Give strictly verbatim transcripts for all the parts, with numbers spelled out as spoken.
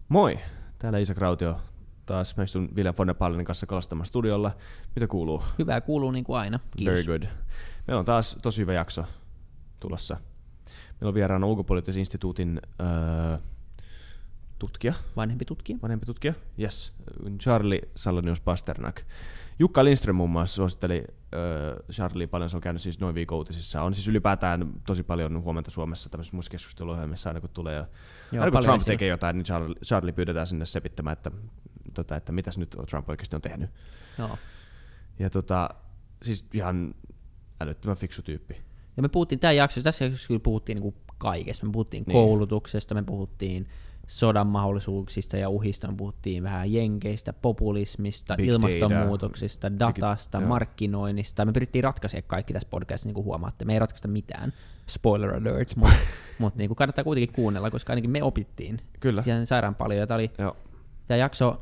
Moi, täällä Isak Rautio. Taas mä istun William von der Pallenin kanssa kalastamassa studiolla. Mitä kuuluu? Hyvää kuuluu niin kuin aina. Kiitos. Very good. Meillä on taas tosi hyvä jakso tulossa. Meillä on vieraana ulkopoliittisen instituutin öö, tutkija. Vanhempi tutkija. Vanhempi tutkija, yes. Charlie Salonius Pasternak. Jukka Lindström muun muassa suositteli öö, Charlie paljon, se on käynyt siis noin viikon uutisissa. On siis ylipäätään tosi paljon huomenta Suomessa tämmöisissä muissa keskusteluohjelmissa aina kun tulee. Ja Joo, aina kun Trump esillä. tekee jotain, niin Charlie, Charlie pyydetään sinne sepittämään, että, tota, että mitäs nyt Trump oikeasti on tehnyt. Joo. Ja tota, siis ihan älyttömän fiksu tyyppi. Ja me puhuttiin tämän jaksossa, tässä jaksossa kyllä puhuttiin niin kuin kaikesta. Me puhuttiin Niin. koulutuksesta, me puhuttiin sodan mahdollisuuksista ja uhista, me puhuttiin vähän jenkeistä, populismista, Big ilmastonmuutoksista, data. datasta, Big, markkinoinnista. Me pyrittiin ratkaisemaan kaikki tässä podcastissa, niin kuin huomaatte. Me ei ratkaista mitään, spoiler alerts, mutta mut, niin kuin kannattaa kuitenkin kuunnella, koska ainakin me opittiin Kyllä. siihen sairaan paljon. Ja tämä, oli, Joo. tämä jakso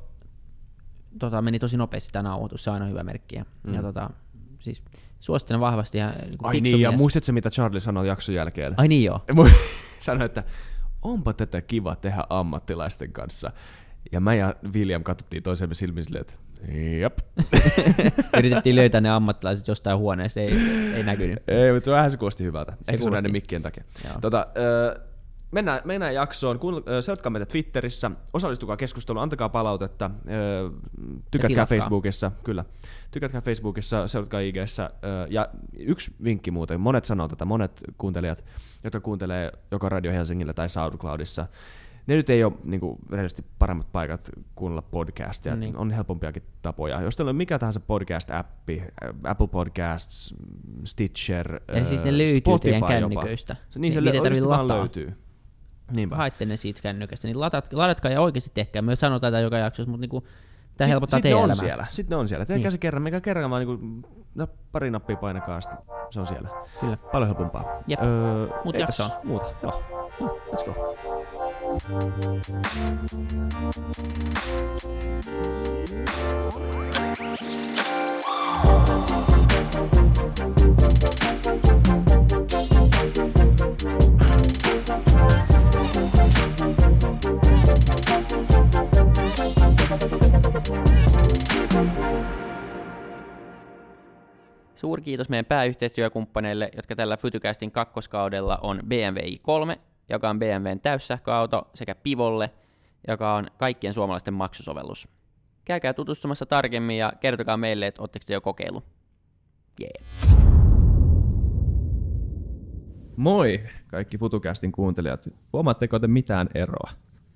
tota, meni tosi nopeasti tämä nauhoitus, se on aina hyvä merkki. Mm. Ja tota, siis suosittelen vahvasti. Ja, niin Ai niin, ja muistatko mitä Charlie sanoi jakson jälkeen? Ai niin joo. Sanoi, että onpa tätä kiva tehdä ammattilaisten kanssa. Ja mä ja William katsottiin toisemme silmiin silleen, että jep. Yritettiin löytää ne ammattilaiset jostain huoneesta, ei, ei näkynyt. Ei, mutta vähän se kuulosti hyvältä. Se Ehkä se on kuulosti. näiden mikkien takia. Joo. Tota, ö, mennään, mennään jaksoon. Kun, ö, seuratkaa meitä Twitterissä, osallistukaa keskusteluun, antakaa palautetta, ö, tykätkää tilatkaa. Facebookissa, kyllä. Tykätkää Facebookissa, seuratkaa I G:ssä. Ö, ja yksi vinkki muuten, monet sanoo tätä, monet kuuntelijat, jotka kuuntelee joko Radio Helsingillä tai SoundCloudissa, ne nyt ei ole niin kuin, rehellisesti paremmat paikat kuunnella podcastia, Niin. on helpompiakin tapoja. Jos teillä on mikä tahansa podcast-appi, Apple Podcasts, Stitcher, Ja siis ne ö, löytyy Spotify teidän jopa. kännyköistä. Se, niin se Niitä lö- ei tarvitse oikeasti vaan lataa. löytyy. Niinpä. Haitte ne siitä kännykästä, niin latat, ladatkaa ja oikeasti tehkää. Me sanotaan tätä joka jaksossa, mutta niinku, tämä Sit- helpottaa sit teidän ne on elämää. siellä. Sitten ne on siellä. Tehkää Niin. se kerran, mikä kerran vaan niinku, no, pari nappia painakaa, sit se on siellä. Kyllä. Paljon helpompaa. Jep. Öö, Mut ei jaksoon. tässä Muuta. Joo. Joo, let's go. Suuri kiitos meidän pääyhteistyökumppaneille, jotka tällä Fytycastin kakkoskaudella on B M W i kolme, joka on B M W:n täyssähköauto, sekä Pivolle, joka on kaikkien suomalaisten maksusovellus. Käykää tutustumassa tarkemmin ja kertokaa meille, että ootteko te jo kokeillut. Yeah. Moi kaikki FutuCastin kuuntelijat. Huomaatteko te mitään eroa?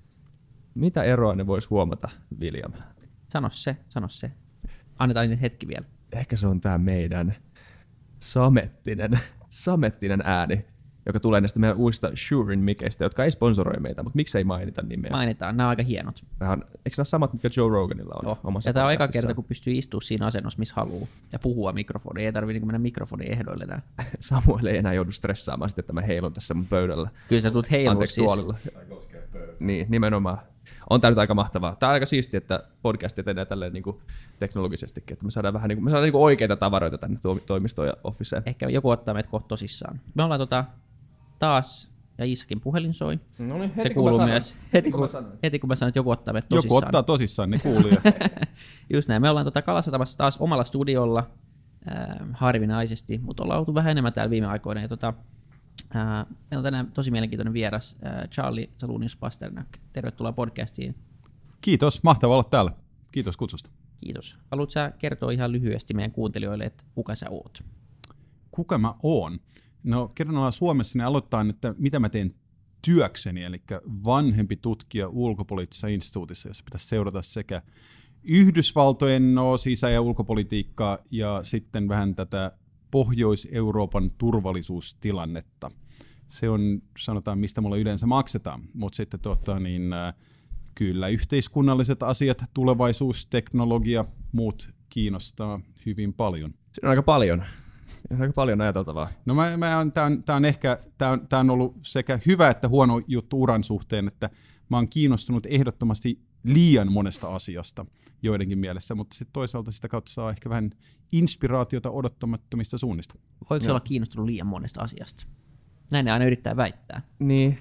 Mitä eroa ne vois huomata, William? Sano se, sano se. Annetaan nyt hetki vielä. Ehkä se on tää meidän samettinen, samettinen ääni, joka tulee näistä meidän uusista Shurein mikeistä, jotka ei sponsoroi meitä, mutta miksei mainita nimeä? Mainitaan, nämä on aika hienot. Vähän, eikö nämä ole samat, mitkä Joe Roganilla on Oh. omassa Ja tämä on eka podcastissaan? kerta, kun pystyy istumaan siinä asennossa, missä haluaa, ja puhua mikrofoniin. Ei tarvitse niin mennä mikrofonin ehdoille tää. Samuel ei enää joudu stressaamaan sitten, että mä heilun tässä mun pöydällä. Kyllä sä tulet heilua Anteeksi siis. tuolilla. Niin, nimenomaan. On tää nyt aika mahtavaa. Tää on aika siistiä, että podcast etenee tälleen niinku teknologisestikin, että me saadaan vähän niinku, me saadaan niinku oikeita tavaroita tänne tuo- toimistoon ja officeen. Ehkä joku ottaa meitä kohta tosissaan. Me ollaan tota, taas, ja Isakin puhelin soi. No niin, Se kuuluu myös. Heti kun, heti kun mä sanoin, että joku ottaa meitä tosissaan. Joku ottaa tosissaan, niin kuuluu. Just näin. Me ollaan tota Kalasatamassa taas omalla studiolla, äh, harvinaisesti, mutta ollaan oltu vähän enemmän täällä viime aikoina. Ja tota, äh, meillä on tänään tosi mielenkiintoinen vieras, äh, Charlie Salonius Pasternak. Tervetuloa podcastiin. Kiitos, mahtavaa olla täällä. Kiitos kutsusta. Kiitos. Haluatko sä kertoa ihan lyhyesti meidän kuuntelijoille, että kuka sä oot? Kuka mä oon? No kerran ollaan Suomessa, niin aloittaa, että mitä mä teen työkseni, eli vanhempi tutkija ulkopoliittisessa instituutissa, jossa pitäisi seurata sekä Yhdysvaltojen no, sisä- ja ulkopolitiikkaa ja sitten vähän tätä Pohjois-Euroopan turvallisuustilannetta. Se on, sanotaan, mistä mulle yleensä maksetaan, mutta sitten tota, niin, äh, kyllä yhteiskunnalliset asiat, tulevaisuus, teknologia, muut kiinnostaa hyvin paljon. Siinä on aika paljon. Siinä on aika paljon ajateltavaa. No mä, mä on, tää on, tää on ehkä, tää on, tää on ollut sekä hyvä että huono juttu uran suhteen, että mä oon kiinnostunut ehdottomasti liian monesta asiasta joidenkin mielestä, mutta sitten toisaalta sitä kautta saa ehkä vähän inspiraatiota odottamattomista suunnista. Voiko se olla kiinnostunut liian monesta asiasta? Näin ne aina yrittää väittää. Niin.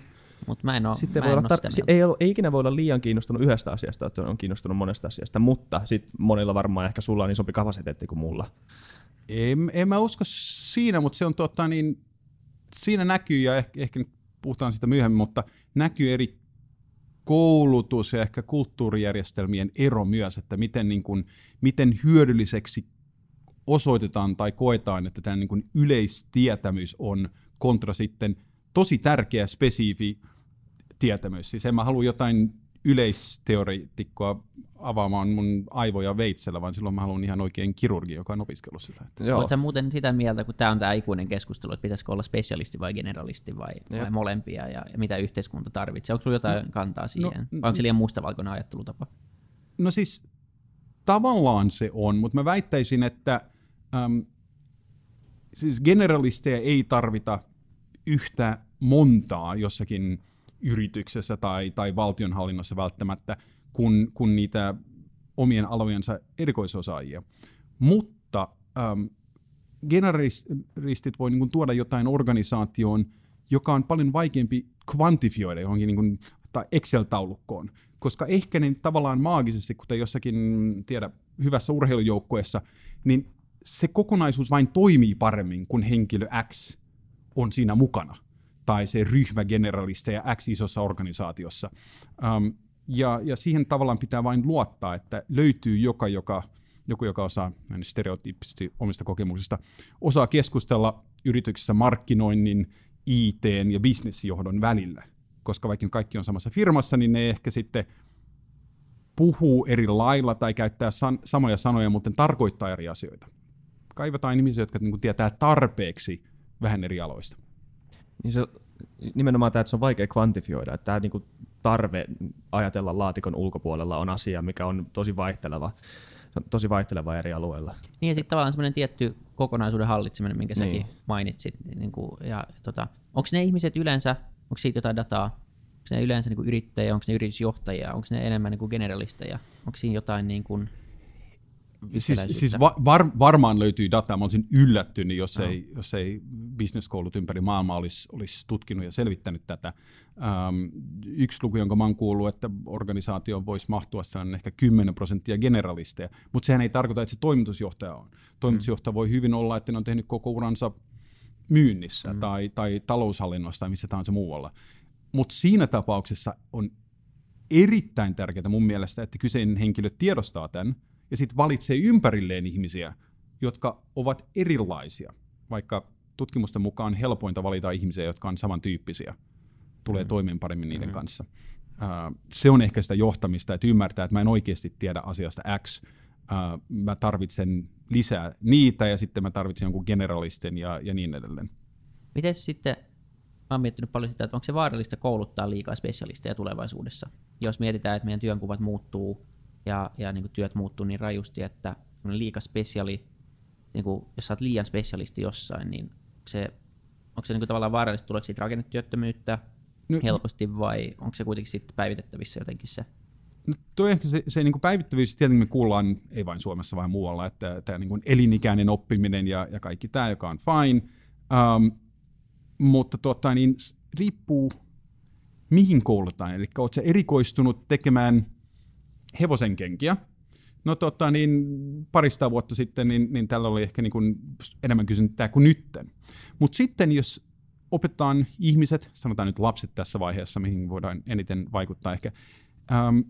mutta mä en ole, Sitten mä voi en olla ole tar- sitä ei, ole, ei ikinä voi olla liian kiinnostunut yhdestä asiasta, että on kiinnostunut monesta asiasta, mutta sitten monilla varmaan ehkä sulla on isompi kapasiteetti kuin mulla. En, en mä usko siinä, mutta se on tota, niin, siinä näkyy, ja ehkä, ehkä puhutaan siitä myöhemmin, mutta näkyy eri koulutus- ja ehkä kulttuurijärjestelmien ero myös, että miten, niin kuin, miten hyödylliseksi osoitetaan tai koetaan, että tämä niin kuin yleistietämys on kontra sitten tosi tärkeä spesifi tietämys. Siis en mä halua jotain yleisteoreetikkoa avaamaan mun aivoja veitsellä, vaan silloin mä haluan ihan oikein kirurgi, joka on opiskellut sitä. Oletko muuten sitä mieltä, kun tämä on tämä ikuinen keskustelu, että pitäisikö olla spesialisti vai generalisti vai, vai molempia ja, ja mitä yhteiskunta tarvitsee? Onko sinulla jotain no, kantaa siihen? No, vai onko se liian mustavalkoinen ajattelutapa? No siis tavallaan se on, mutta mä väittäisin, että äm, siis generalisteja ei tarvita yhtä montaa jossakin yrityksessä tai, tai valtionhallinnossa välttämättä, kun, kun niitä omien alojensa erikoisosaajia. Mutta äm, generalistit voi niin kuin tuoda jotain organisaatioon, joka on paljon vaikeampi kvantifioida johonkin niin kuin, tai Excel-taulukkoon, koska ehkä ne tavallaan maagisesti, kuten jossakin tiedä, hyvässä urheilujoukkueessa, niin se kokonaisuus vain toimii paremmin, kun henkilö X on siinä mukana, tai se ryhmä generalisteja X isossa organisaatiossa. Um, ja, ja siihen tavallaan pitää vain luottaa, että löytyy joka, joka, joku, joka osaa stereotyyppisesti omista kokemuksista, osaa keskustella yrityksessä markkinoinnin, I T:n ja bisnesjohdon välillä. Koska vaikka kaikki on samassa firmassa, niin ne ehkä sitten puhuu eri lailla tai käyttää san- samoja sanoja, mutta tarkoittaa eri asioita. Kaivataan ihmisiä, jotka niin kuin tietää tarpeeksi vähän eri aloista. Niin se, nimenomaan tämä, että se on vaikea kvantifioida, että tämä niin kuin tarve ajatella laatikon ulkopuolella on asia, mikä on tosi vaihteleva, tosi vaihteleva eri alueilla. Niin ja sitten tavallaan semmoinen tietty kokonaisuuden hallitseminen, minkä niin. säkin mainitsit. Niin kuin, ja, tota, onko ne ihmiset yleensä, onko siitä jotain dataa, onko ne yleensä niin kuin yrittäjiä, onko ne yritysjohtajia, onko ne enemmän niin kuin generalisteja, onko siinä jotain niin kuin Siis, siis var, varmaan löytyy dataa. Mä olisin yllättynyt, jos no. ei, jos ei businesskoulut ympäri maailmaa olisi, olisi tutkinut ja selvittänyt tätä. Um, yksi luku, jonka mä oon kuullut, että organisaatioon voisi mahtua sellainen ehkä kymmenen prosenttia generalisteja, mutta sehän ei tarkoita, että se toimitusjohtaja on. Toimitusjohtaja mm. voi hyvin olla, että ne on tehnyt koko uransa myynnissä mm. tai, tai taloushallinnossa tai missä tahansa muualla. Mutta siinä tapauksessa on erittäin tärkeää mun mielestä, että kyseinen henkilö tiedostaa tämän, ja sitten valitsee ympärilleen ihmisiä, jotka ovat erilaisia. Vaikka tutkimusten mukaan helpointa valita ihmisiä, jotka on samantyyppisiä, tulee mm. toimeen paremmin niiden mm. kanssa. Uh, se on ehkä sitä johtamista, että ymmärtää, että mä en oikeasti tiedä asiasta X. Uh, mä tarvitsen lisää niitä, ja sitten mä tarvitsen jonkun generalisten ja, ja niin edelleen. Miten sitten, mä oon miettinyt paljon sitä, että onko se vaarallista kouluttaa liikaa spesialisteja tulevaisuudessa? Jos mietitään, että meidän työnkuvat muuttuu, ja, ja niin kuin työt muuttuu niin rajusti, että liika spesiali, niin kuin, jos sä oot liian spesialisti jossain, niin onko se, onko se niin kuin tavallaan vaarallista, tuleeko siitä rakennetyöttömyyttä no, helposti vai onko se kuitenkin sitten päivitettävissä jotenkin se? No toi ehkä se, se niin kuin päivittävyys, tietenkin me kuullaan, ei vain Suomessa vaan muualla, että tämä niin kuin elinikäinen oppiminen ja, ja kaikki tämä, joka on fine, um, mutta tuota, niin, riippuu mihin koulutaan, eli oletko sä erikoistunut tekemään hevosenkenkiä. No tota, niin parista vuotta sitten niin, niin tällä oli ehkä niin kuin enemmän kysyntää kuin nytten. Mutta sitten jos opetetaan ihmiset, sanotaan nyt lapset tässä vaiheessa, mihin voidaan eniten vaikuttaa ehkä, äm,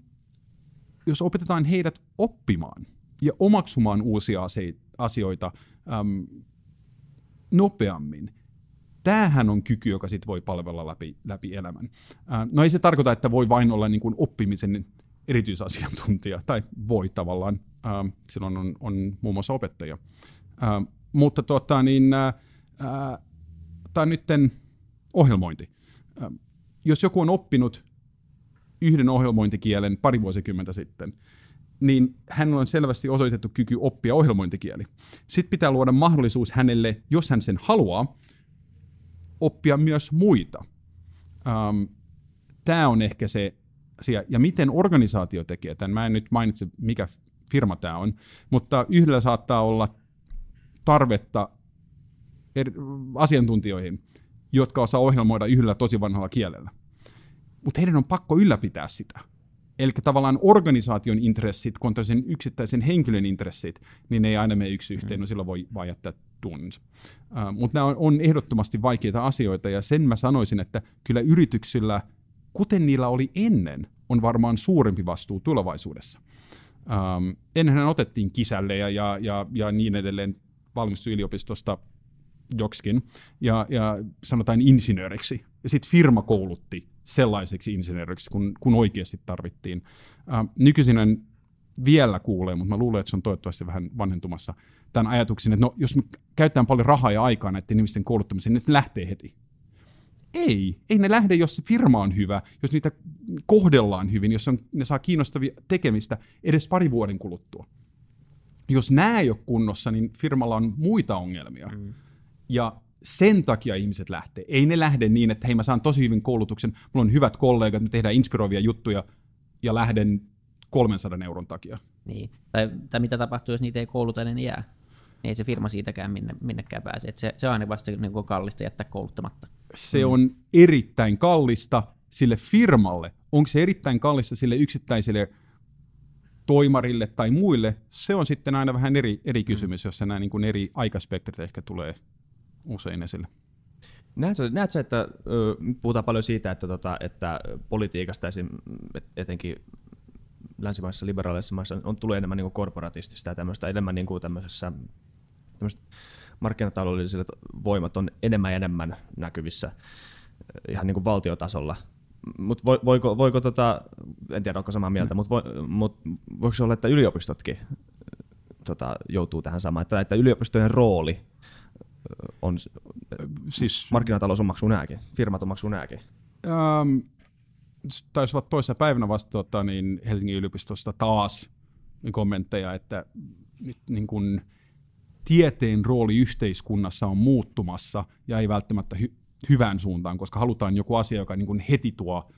jos opetetaan heidät oppimaan ja omaksumaan uusia asioita äm, nopeammin, tämähän on kyky, joka sit voi palvella läpi, läpi elämän. Äh, no ei se tarkoita, että voi vain olla niin kuin oppimisen erityisasiantuntija, tai voi tavallaan, ähm, silloin on, on muun muassa opettajia. Ähm, mutta tota, niin, äh, tämä on nytten ohjelmointi. Ähm, jos joku on oppinut yhden ohjelmointikielen pari vuosikymmentä sitten, niin hän on selvästi osoitettu kyky oppia ohjelmointikieli. Sitten pitää luoda mahdollisuus hänelle, jos hän sen haluaa, oppia myös muita. Ähm, tämä on ehkä se asia. Ja miten organisaatio tekee tämän, mä en nyt mainitse, mikä firma tämä on, mutta yhdellä saattaa olla tarvetta eri asiantuntijoihin, jotka osaa ohjelmoida yhdellä tosi vanhalla kielellä. mutta heidän on pakko ylläpitää sitä. Eli tavallaan organisaation intressit kontra sen yksittäisen henkilön intressit, niin ne ei aina mene yksi yhteen, no silloin voi vaan jättää tunninsa. Uh, mutta nämä on, on ehdottomasti vaikeita asioita, ja sen mä sanoisin, että kyllä yrityksillä, kuten niillä oli ennen, on varmaan suurempi vastuu tulevaisuudessa. Um, ennenhän otettiin kisälle ja, ja, ja, ja niin edelleen, valmistui yliopistosta joksikin, ja, ja sanotaan insinööriksi. Ja sitten firma koulutti sellaiseksi insinööriksi, kun, kun oikeasti tarvittiin. Uh, nykyisin en vielä kuulee, mutta mä luulen, että se on toivottavasti vähän vanhentumassa tämän ajatuksen, että no, jos me käytetään paljon rahaa ja aikaa näiden ihmisten kouluttamiseen, niin ne lähtee heti. Ei, ei ne lähde, jos se firma on hyvä, jos niitä kohdellaan hyvin, jos on, ne saa kiinnostavia tekemistä edes pari vuoden kuluttua. Jos nämä ei ole kunnossa, niin firmalla on muita ongelmia. Mm. Ja sen takia ihmiset lähtee. Ei ne lähde niin, että hei, mä saan tosi hyvin koulutuksen, mulla on hyvät kollegat, me tehdään inspiroivia juttuja ja lähden kolmensadan euron takia. Niin. Tai, tai mitä tapahtuu, jos niitä ei kouluta, niin ne jää. Niin ei se firma siitäkään minne, minnekään pääse. Et se, se on aina vasta niin kuin kallista jättää kouluttamatta. Se mm. on erittäin kallista sille firmalle. Onko se erittäin kallista sille yksittäiselle toimarille tai muille? Se on sitten aina vähän eri, eri kysymys, mm. jossa nämä niin kuin eri aikaspektrit ehkä tulee usein esille. Näetkö, näetkö että ö, puhutaan paljon siitä, että, tota, että politiikasta esim, etenkin länsimaissa, liberaaleissa maissa on tullut enemmän niin kuin korporatistista ja tämmöistä, enemmän niin kuin tämmöisessä, tämmöiset markkinataloudelliset voimat on enemmän ja enemmän näkyvissä ihan niin kuin valtiotasolla. Mutta voiko, voiko tota, en tiedä onko samaa mieltä, mutta vo, mut, voiko se olla, että yliopistotkin tota, joutuu tähän samaan, että, että yliopistojen rooli on, siis markkinatalous on maksu nääkin, firmat on maksu nääkin? Um, taisi olla toisessa päivänä vasta tota, niin Helsingin yliopistosta taas kommentteja, että nyt niin kun tieteen rooli yhteiskunnassa on muuttumassa ja ei välttämättä hy- hyvään suuntaan, koska halutaan joku asia, joka niin kun heti tuo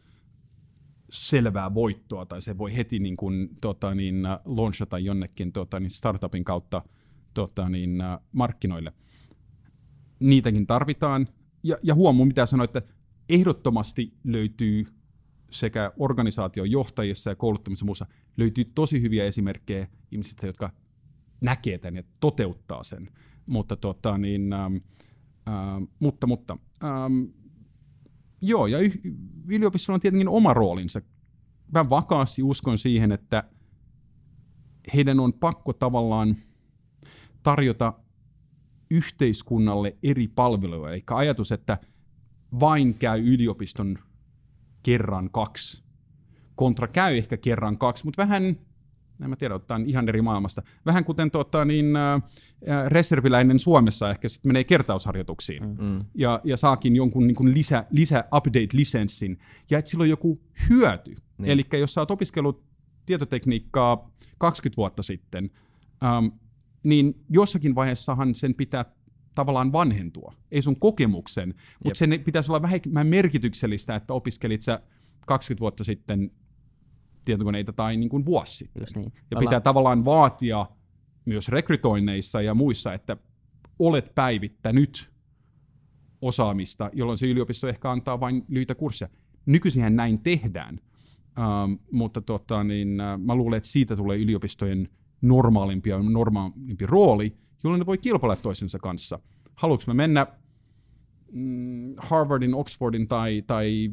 selvää voittoa tai se voi heti niin kun, tota, niin, launchata jonnekin tota, niin startupin kautta tota, niin, markkinoille. Niitäkin tarvitaan. Ja, ja huomaa, mitä sanoit, että ehdottomasti löytyy sekä organisaation johtajissa ja kouluttamisessa muussa löytyy tosi hyviä esimerkkejä ihmisistä, jotka näkee tämän ja toteuttaa sen. Mutta, tota, niin, ähm, ähm, mutta, mutta ähm, joo, ja y- yliopistolla on tietenkin oma roolinsa. Mä vakaasti uskon siihen, että heidän on pakko tavallaan tarjota yhteiskunnalle eri palveluja. Eli ajatus, että vain käy yliopiston kerran kaksi. Kontra käy ehkä kerran kaksi, mutta vähän, en mä tiedä, otetaan ihan eri maailmasta. Vähän kuten tuota, niin, äh, reserviläinen Suomessa ehkä sitten menee kertausharjoituksiin mm. ja, ja saakin jonkun niin kuin lisä, lisä update-lisenssin ja että sillä on joku hyöty. Niin. Eli jos sä oot opiskellut tietotekniikkaa kaksikymmentä vuotta sitten, ähm, niin jossakin vaiheessahan sen pitää tavallaan vanhentua, ei sun kokemuksen, mutta Jep. sen pitäisi olla vähemmän merkityksellistä, että opiskelit sä kaksikymmentä vuotta sitten tietokoneita tai niin kuin vuosi sitten. Niin. Ja pitää tavallaan vaatia myös rekrytoinneissa ja muissa, että olet päivittänyt osaamista, jolloin se yliopisto ehkä antaa vain lyhyitä kursseja. Nykyisinhän näin tehdään, um, mutta tota, niin, uh, mä luulen, että siitä tulee yliopistojen normaalimpi ja normaalimpi rooli, jolloin ne voi kilpailla toisensa kanssa. Haluatko mä mennä mm, Harvardin, Oxfordin tai, tai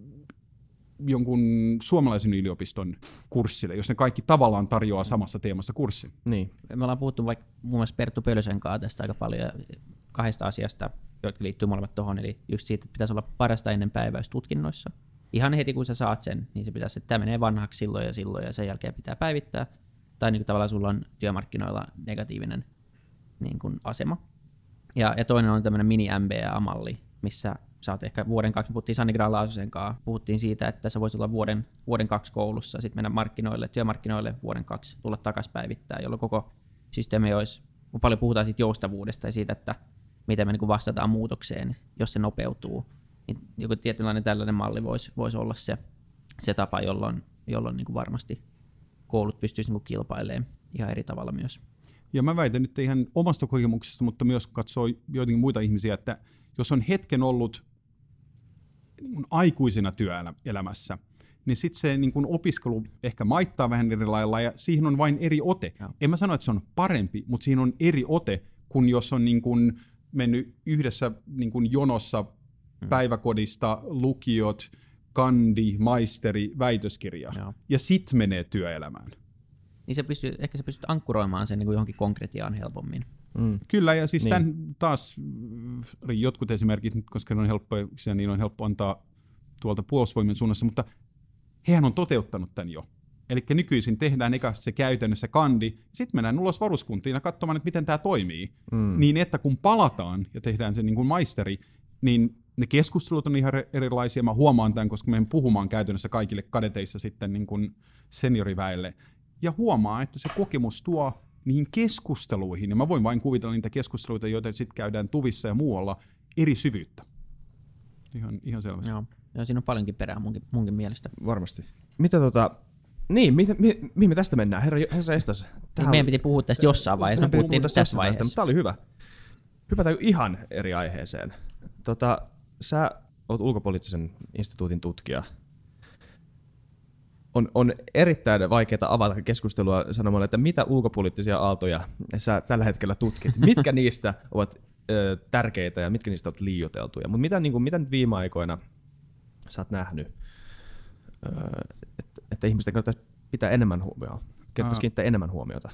jonkun suomalaisen yliopiston kurssille, jos ne kaikki tavallaan tarjoaa samassa teemassa kurssin? Niin. Me ollaan puhuttu vaikka muun muassa Perttu Pölösen kanssa tästä aika paljon kahdesta asiasta, jotka liittyy molemmat tuohon, eli just siitä, että pitäisi olla parasta ennen päiväystutkinnoissa. Ihan heti kun sä saat sen, niin se pitäisi, että tämä menee vanhaksi silloin ja silloin ja sen jälkeen pitää päivittää. Tai niin kuin tavallaan sulla on työmarkkinoilla negatiivinen niin kuin asema. Ja, ja toinen on tämmöinen mini-M B A-malli, missä sä oot ehkä vuoden kaksi, puhuttiin Sanni Grahn-Laasosen kanssa, puhuttiin siitä, että sä voisit olla vuoden, vuoden kaksi koulussa, sitten mennä markkinoille, työmarkkinoille vuoden kaksi, tulla takaisin päivittää, jolloin koko systeemi olisi, kun paljon puhutaan siitä joustavuudesta ja siitä, että miten me niin kuin vastataan muutokseen, jos se nopeutuu, niin joku tietynlainen tällainen malli voisi, voisi olla se, se tapa, jolloin, jolloin niin kuin varmasti koulut pystyisivät niin kilpailemaan ihan eri tavalla myös. Ja mä väitän nyt ihan omasta kokemuksesta, mutta myös katsoo joitakin muita ihmisiä, että jos on hetken ollut niin kuin aikuisena työelämässä, niin sitten se niin kuin opiskelu ehkä maittaa vähän eri lailla, ja siihen on vain eri ote. Ja. En mä sano, että se on parempi, mutta siinä on eri ote, kun jos on niin kuin mennyt yhdessä niin kuin jonossa hmm. päiväkodista, lukiot, kandi, maisteri, väitöskirja, ja, ja sitten menee työelämään. Niin se pystyy, ehkä sä pystyt ankkuroimaan sen niin kuin johonkin konkretiaan helpommin. Mm. Kyllä, ja siis niin. Tämän taas jotkut esimerkit, koska ne on helppoja, niin on helppo antaa tuolta puolustusvoimien suunnassa, mutta hehän on toteuttanut tämän jo. Eli nykyisin tehdään eka se käytännössä kandi, sitten mennään ulos varuskuntiin ja katsomaan, että miten tämä toimii. Mm. Niin että kun palataan ja tehdään se niin kuin maisteri, niin ne keskustelut on ihan erilaisia. Mä huomaan tämän, koska menen puhumaan käytännössä kaikille kadeteissa sitten niin kuin senioriväelle. Ja huomaa, että se kokemus tuo niihin keskusteluihin, ja mä voin vain kuvitella niitä keskusteluita, joita sitten käydään tuvissa ja muualla, eri syvyyttä. Ihan, ihan selvästi. Joo. Joo, siinä on paljonkin perää munkin, munkin mielestä. Varmasti. Mitä tota... Niin, mihin, mihin, mihin me tästä mennään? Herra, herra Estas. Niin meidän piti puhua tästä jossain vaiheessa, me puhuttiin tässä, tässä vaiheessa. Mutta tämä oli hyvä. Hypätään ihan eri aiheeseen. Tota, sä oot ulkopoliittisen instituutin tutkija. On, on erittäin vaikeaa avata keskustelua sanomalla, että mitä ulkopoliittisia aaltoja sä tällä hetkellä tutkit. Mitkä niistä ovat ö, tärkeitä ja mitkä niistä ovat liioiteltuja. Mutta mitä, niin kuin, mitä nyt viime aikoina sä oot nähnyt, ö, että, että ihmisten kannattaisi pitää enemmän huomioon, kannattaisi kiinnittää enemmän huomiota?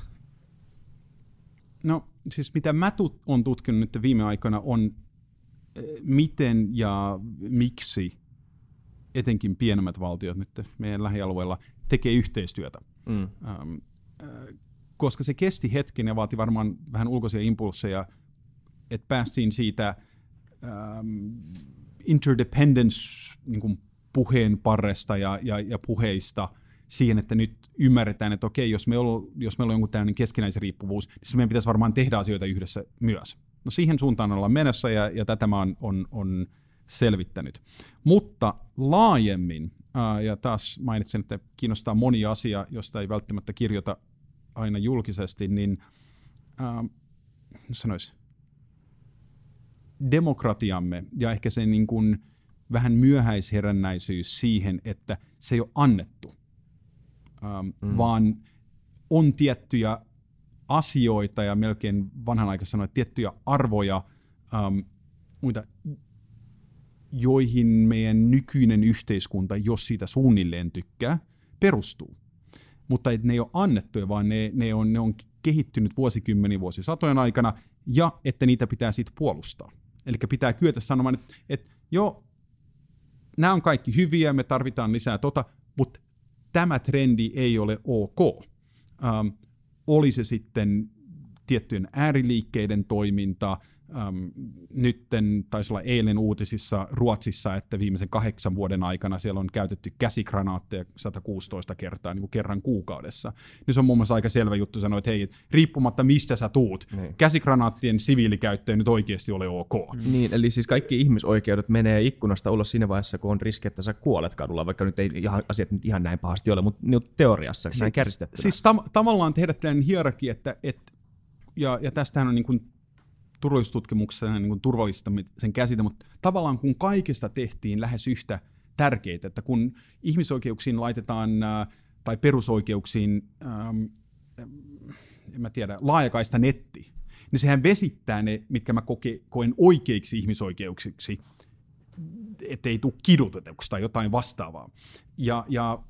No siis mitä mä tut- on tutkinut nyt viime aikoina on, miten ja miksi etenkin pienemmät valtiot nyt meidän lähialueella tekee yhteistyötä. Mm. Ähm, äh, koska se kesti hetken ja vaati varmaan vähän ulkoisia impulseja, että päästiin siitä ähm, interdependence niin kuin puheen parresta ja, ja, ja puheista siihen, että nyt ymmärretään, että okei, jos meillä on, jos meillä on jonkun tällainen keskinäisriippuvuus, niin se meidän pitäisi varmaan tehdä asioita yhdessä myös. No siihen suuntaan ollaan menossa ja, ja tätä mä on, on, on selvittänyt. Mutta laajemmin, ää, ja taas mainitsin, että kiinnostaa moni asia, josta ei välttämättä kirjoita aina julkisesti, niin ää, sanois, demokratiamme ja ehkä se niin kuin vähän myöhäisherännäisyys siihen, että se ei ole annettu, ää, mm. vaan on tiettyjä asioita ja melkein vanhanaikaisesti sanoa, tiettyjä arvoja, ää, muita joihin meidän nykyinen yhteiskunta, jos siitä suunnilleen tykkää, perustuu. Mutta et ne ei ole annettuja, vaan ne, ne, on, ne on kehittynyt vuosikymmeniä, vuosisatojen aikana, ja että niitä pitää sitten puolustaa. Eli pitää kyetä sanomaan, että, että joo, nämä on kaikki hyviä, me tarvitaan lisää tota, mutta tämä trendi ei ole ok. Ähm, oli se sitten tiettyjen ääriliikkeiden toiminta. Ähm, nytten taisi olla eilen uutisissa Ruotsissa, että viimeisen kahdeksan vuoden aikana siellä on käytetty käsikranaatteja sata kuusitoista kertaa niin kuin kerran kuukaudessa. Niin se on muun muassa aika selvä juttu sanoa, että hei, riippumatta mistä sä tuut, niin. Käsikranaattien siviilikäyttö ei nyt oikeasti ole ok. Mm. Niin, eli siis kaikki ihmisoikeudet menee ikkunasta ulos siinä vaiheessa, kun on riski, että sä kuolet kadulla, vaikka nyt ei ihan, asiat nyt ihan näin pahasti ole, mutta teoriassa näin siis, kärjistettynä. Siis tam- tavallaan tehdä tällainen hierarkia, että, et, ja, ja tästähän on niin kuin turvallisuustutkimuksessa niin kuin turvallista sen käsite, mutta tavallaan kun kaikesta tehtiin lähes yhtä tärkeitä, että kun ihmisoikeuksiin laitetaan tai perusoikeuksiin, ähm, en mä tiedä, laajakaista netti, niin sehän vesittää ne, mitkä mä koke, koen oikeiksi ihmisoikeuksiksi, ettei tule kidutetuksi tai jotain vastaavaa. Ja, ja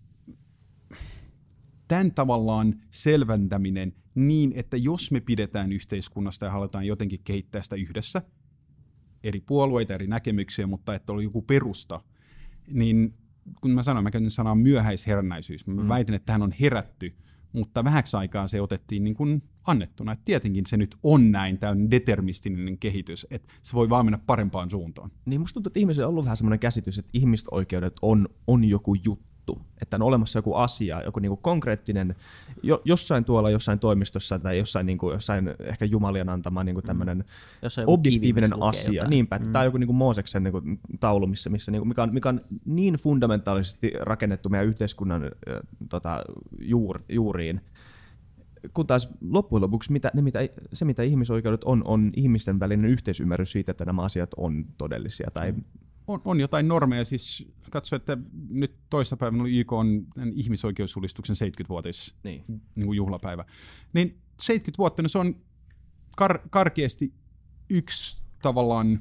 tämän tavallaan selventäminen niin, että jos me pidetään yhteiskunnasta ja halutaan jotenkin kehittää sitä yhdessä, eri puolueita, eri näkemyksiä, mutta että oli joku perusta, niin kun mä sanoin, mä käytin sanaa myöhäisherännäisyys, mä mm. väitän, että tähän on herätty, mutta vähäksi aikaa se otettiin niin kuin annettuna. Että tietenkin se nyt on näin, tällainen deterministinen kehitys, että se voi vaan mennä parempaan suuntaan. Niin musta tuntuu, että ihmisillä on ollut vähän semmoinen käsitys, että ihmisoikeudet on, on joku juttu. Että on olemassa joku asia, joku niinku konkreettinen, jo, jossain tuolla jossain toimistossa tai jossain, niinku, jossain ehkä Jumalien antama niinku tämmöinen mm. objektiivinen asia. Niinpä, mm. tämä on joku niinku Mooseksen niinku taulu, missä, missä, niinku, mikä, on, mikä on niin fundamentaalisesti rakennettu meidän yhteiskunnan äh, tota, juur, juuriin. Kun taas loppujen lopuksi mitä, ne, mitä, se, mitä ihmisoikeudet on, on ihmisten välinen yhteisymmärrys siitä, että nämä asiat on todellisia tai On, on jotain normeja, siis katso, että nyt toissapäivänä oli Y K on ihmisoikeusjulistuksen seitsemänkymmenvuotis niin. Niin kuin juhlapäivä. Niin seitsemänkymmentä vuotta, no se on kar- karkeasti yksi tavallaan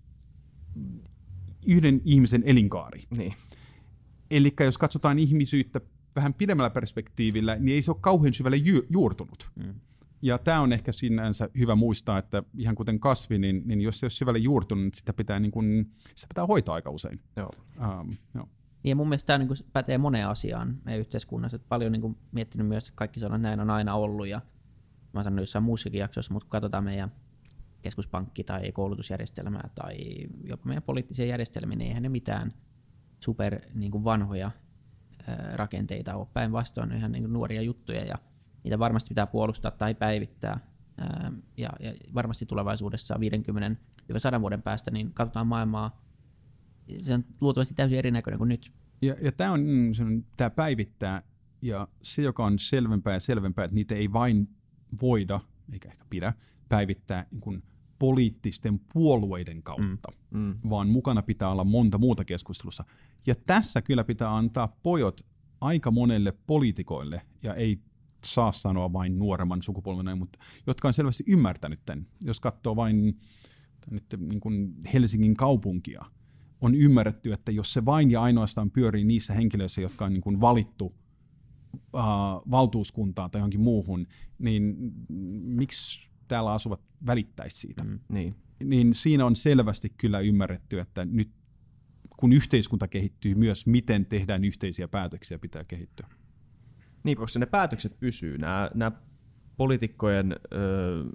yhden ihmisen elinkaari. Niin. Eli jos katsotaan ihmisyyttä vähän pidemmällä perspektiivillä, niin ei se ole kauhean syvälle ju- juurtunut. Mm. Ja tämä on ehkä sinänsä hyvä muistaa, että ihan kuten kasvi, niin, niin jos se ei ole syvälle juurtunut, niin sitä pitää, niin kuin, sitä pitää hoitaa aika usein. Joo. Um, joo. Ja mun mielestä tämä niin kuin pätee moneen asiaan meidän yhteiskunnassa. Että paljon niin kuin miettinyt myös, että kaikki sanoo, että näin on aina ollut. Ja mä sanon jossain muussakin jaksossa, mutta kun katsotaan meidän keskuspankki tai koulutusjärjestelmää tai jopa meidän poliittisia järjestelmiä, niin eihän ne mitään super niin kuin vanhoja ää, rakenteita ole. Päinvastoin ihan niin kuin nuoria juttuja ja niitä varmasti pitää puolustaa tai päivittää. Ää, ja, ja varmasti tulevaisuudessa viisikymmentä sata vuoden päästä niin katsotaan maailmaa. Se on luultavasti täysin erinäköinen kuin nyt. Ja, ja tämä on, on tämä päivittää, ja se, joka on selvempää ja selvempää, että niitä ei vain voida, eikä ehkä pidä, päivittää niin kuin poliittisten puolueiden kautta, mm. Mm. vaan mukana pitää olla monta muuta keskustelussa. Ja tässä kyllä pitää antaa pojot aika monelle poliitikoille, ja ei saa sanoa vain nuoremman sukupolven, mutta jotka on selvästi ymmärtänyt tämän. Jos katsoo vain nyt, niin kuin Helsingin kaupunkia, on ymmärretty, että jos se vain ja ainoastaan pyörii niissä henkilöissä, jotka on niin kuin valittu uh, valtuuskuntaan tai johonkin muuhun, niin miksi täällä asuvat välittäisi siitä? Mm, niin. Niin siinä on selvästi kyllä ymmärretty, että nyt kun yhteiskunta kehittyy, myös miten tehdään yhteisiä päätöksiä pitää kehittyä. Niin, koska ne päätökset pysyy. Nämä, nämä poliitikkojen ö,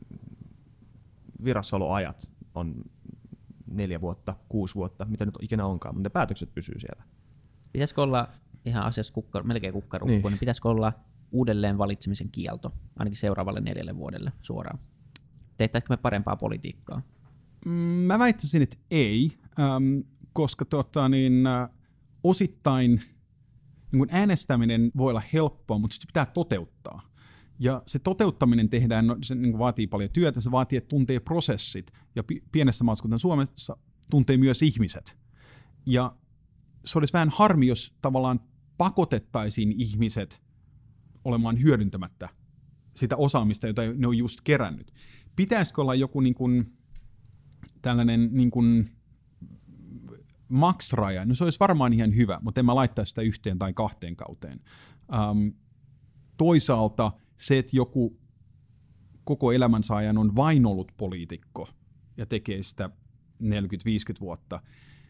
virassaoloajat on neljä vuotta, kuusi vuotta, mitä nyt ikinä onkaan, mutta ne päätökset pysyy siellä. Pitäisikö olla ihan asiassa kukkar, melkein kukkarukkoinen, niin. niin pitäisikö olla uudelleen valitsemisen kielto, ainakin seuraavalle neljälle vuodelle suoraan? Tehtäisikö me parempaa politiikkaa? Mm, mä väittäisin, että ei, ähm, koska tota, niin, äh, osittain niin kun äänestäminen voi olla helppoa, mutta se pitää toteuttaa. Ja se toteuttaminen tehdään, no, se niin vaatii paljon työtä, se vaatii, että tuntee prosessit, ja pi- pienessä maassa, kuten Suomessa, tuntee myös ihmiset. Ja se olisi vähän harmi, jos tavallaan pakotettaisiin ihmiset olemaan hyödyntämättä sitä osaamista, jota ne on just kerännyt. Pitäisikö olla joku niin kuin, tällainen niin kuin max-raja? No se olisi varmaan ihan hyvä, mutta en mä laittaisi sitä yhteen tai kahteen kauteen. Um, toisaalta se, että joku koko elämänsä ajan on vain ollut poliitikko ja tekee sitä neljäkymmentä viisikymmentä vuotta,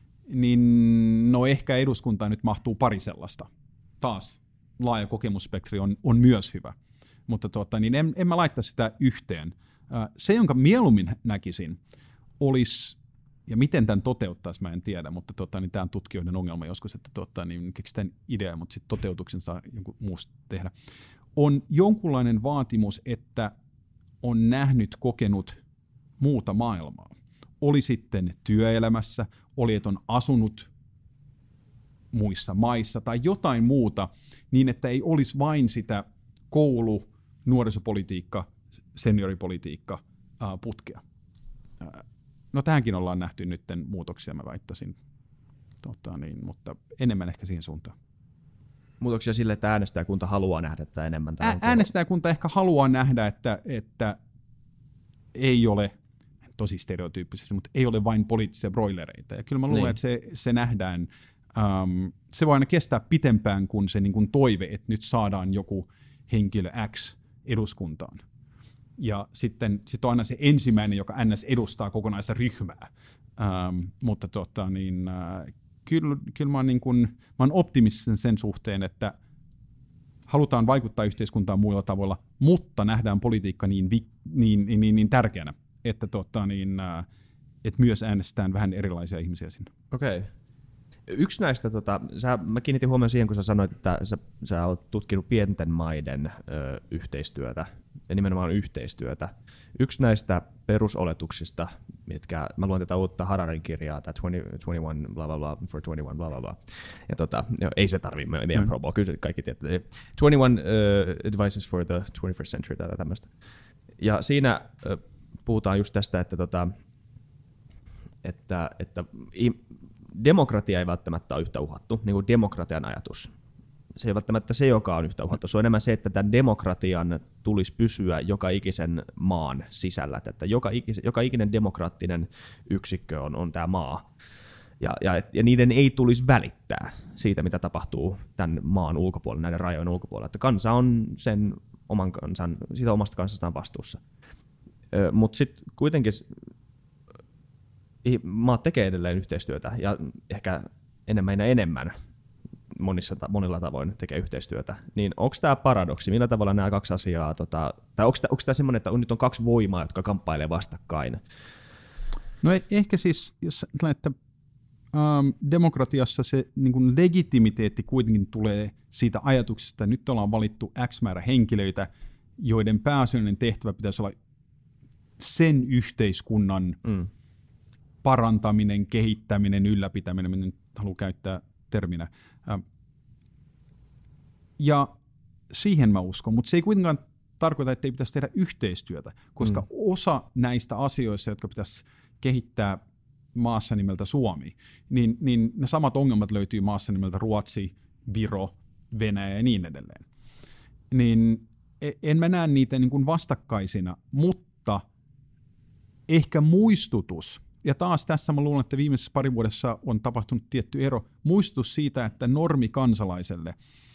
niin no ehkä eduskuntaan nyt mahtuu pari sellaista. Taas laaja kokemusspektri on, on myös hyvä, mutta tota, niin en, en mä laittaisi sitä yhteen. Se, jonka mieluummin näkisin, olisi, ja miten tämän toteuttaisi, mä en tiedä, mutta tota, niin tämä on tutkijoiden ongelma joskus, että tota, niin keksitään idea, mutta sitten toteutuksen saa jonkun muusta tehdä. On jonkunlainen vaatimus, että on nähnyt, kokenut muuta maailmaa. Oli sitten työelämässä, oli, että on asunut muissa maissa tai jotain muuta, niin että ei olisi vain sitä koulu, nuorisopolitiikka, senioripolitiikka ää, putkea. Ää, no tähänkin ollaan nähty nyt muutoksia, mä väittäisin, tota, niin, mutta enemmän ehkä siihen suuntaan. Muutoksia sille, että äänestäjäkunta haluaa nähdä tätä enemmän. Ä- äänestäjäkunta ehkä haluaa nähdä, että, että ei ole, tosi stereotyyppisesti, mutta ei ole vain poliittisia broilereita. Ja kyllä mä luulen, niin. että se, se nähdään, um, se voi aina kestää pitempään kuin se niin kuin toive, että nyt saadaan joku henkilö X eduskuntaan. Ja sitten sit on aina se ensimmäinen, joka ns. Edustaa kokonaista ryhmää. Um, mutta tota, niin, uh, kyllä, kyllä mä oon, niin kuin, mä oon optimistinen sen suhteen, että halutaan vaikuttaa yhteiskuntaan muilla tavoilla, mutta nähdään politiikka niin, vi, niin, niin, niin, niin tärkeänä, että, tota, niin, uh, että myös äänestetään vähän erilaisia ihmisiä sinne. Okei. Okay. Yksi näistä, tota, sä, mä kiinnitin huomioon siihen, kun sä sanoit, että sä, sä oot tutkinut pienten maiden ö, yhteistyötä, ja nimenomaan yhteistyötä. Yksi näistä perusoletuksista, mitkä, mä luen tätä uutta Hararin kirjaa, tämä kaksikymmentäyksi bla bla bla for kaksikymmentäyksi bla bla bla, ja tota, jo, ei se tarvii meidän mm. proboa, kyllä kaikki tietää. kaksikymmentäyksi uh, advices for the twenty-first century, tai tämmöistä. Ja siinä uh, puhutaan just tästä, että, tota, että, että demokratia ei välttämättä ole yhtä uhattu, niin kuin demokratian ajatus. Se ei välttämättä se, joka on yhtä uhattu. Se on enemmän se, että tämän demokratian tulisi pysyä joka ikisen maan sisällä. Että joka, ikis, joka ikinen demokraattinen yksikkö on, on tämä maa. Ja, ja, ja niiden ei tulisi välittää siitä, mitä tapahtuu tämän maan ulkopuolella, näiden rajojen ulkopuolella. Että kansa on sen oman kansan, siitä omasta kansastaan vastuussa. Mutta sitten kuitenkin maat tekee edelleen yhteistyötä ja ehkä enemmän ja enemmän monissa, monilla tavoin tekee yhteistyötä. Niin onko tämä paradoksi? Millä tavalla nämä kaksi asiaa, tota, tai onko tämä semmoinen, että nyt on kaksi voimaa, jotka kamppailee vastakkain? No ehkä siis, jos että ähm, demokratiassa se niin kuin legitimiteetti kuitenkin tulee siitä ajatuksesta, että nyt ollaan valittu X määrä henkilöitä, joiden pääasiallinen tehtävä pitäisi olla sen yhteiskunnan mm. parantaminen, kehittäminen, ylläpitäminen, minä nyt haluan käyttää terminä. Ja siihen mä uskon, mutta se ei kuitenkaan tarkoita, että ei pitäisi tehdä yhteistyötä, koska mm. osa näistä asioista, jotka pitäisi kehittää maassa nimeltä Suomi, niin, niin ne samat ongelmat löytyy maassa nimeltä Ruotsi, Viro, Venäjä ja niin edelleen. Niin en mä näe niitä niin kuin vastakkaisina, mutta ehkä muistutus, ja taas tässä mä luulen, että viimeisessä pari vuodessa on tapahtunut tietty ero, muistutus siitä, että normi kansalaiselle,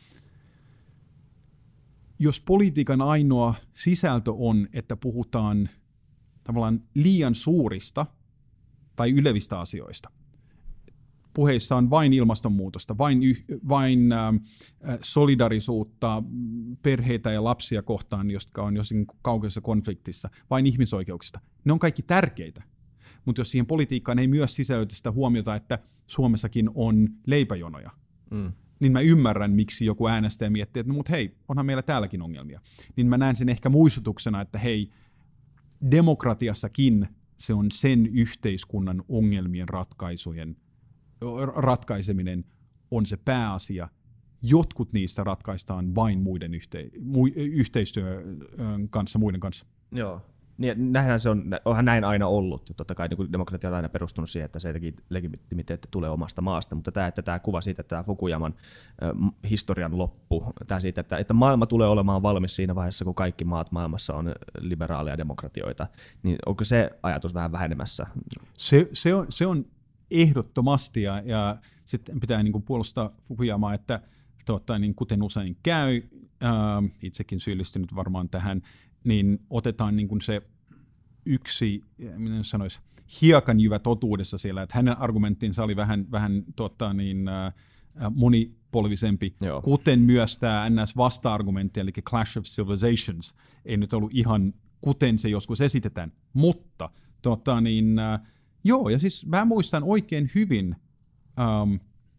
jos politiikan ainoa sisältö on, että puhutaan tavallaan liian suurista tai ylevistä asioista, puheissa on vain ilmastonmuutosta, vain, yh, vain äh, solidarisuutta perheitä ja lapsia kohtaan, jotka on jossakin kaukaisessa konfliktissa, vain ihmisoikeuksista. Ne on kaikki tärkeitä, mutta jos siihen politiikkaan ei myös sisällytä sitä huomiota, että Suomessakin on leipäjonoja, mm. niin mä ymmärrän, miksi joku äänestäjä miettii, että no mut hei, onhan meillä täälläkin ongelmia. Niin mä näen sen ehkä muistutuksena, että hei, demokratiassakin se on sen yhteiskunnan ongelmien ratkaisujen ratkaiseminen on se pääasia. Jotkut niistä ratkaistaan vain muiden yhte- mu- yhteistyön kanssa, muiden kanssa. Joo. Niin, näinhän se on, onhan näin aina ollut. Totta kai niin demokratia on aina perustunut siihen, että se legitimiteetti tulee omasta maasta, mutta tämä, että tämä kuva siitä, että tämä Fukuyaman äh, historian loppu, tämä siitä, että, että maailma tulee olemaan valmis siinä vaiheessa, kun kaikki maat maailmassa on liberaaleja demokratioita, niin onko se ajatus vähän vähenemässä? Se, se, on, se on ehdottomasti, ja, ja sitten pitää niin kuin puolustaa Fukuyamaa, että tuota, niin kuten usein käy, ää, itsekin syyllistynyt varmaan tähän, niin otetaan niin kuin se yksi, miten sanoisi, hiekanjyvä totuudessa siellä, että hänen argumenttinsa oli vähän, vähän tuota, niin, ää, monipolvisempi, Joo. kuten myös tämä N S-vasta-argumentti, eli Clash of Civilizations, ei nyt ollut ihan kuten se joskus esitetään, mutta tuota, niin, ää, joo, ja siis mä muistan oikein hyvin ähm,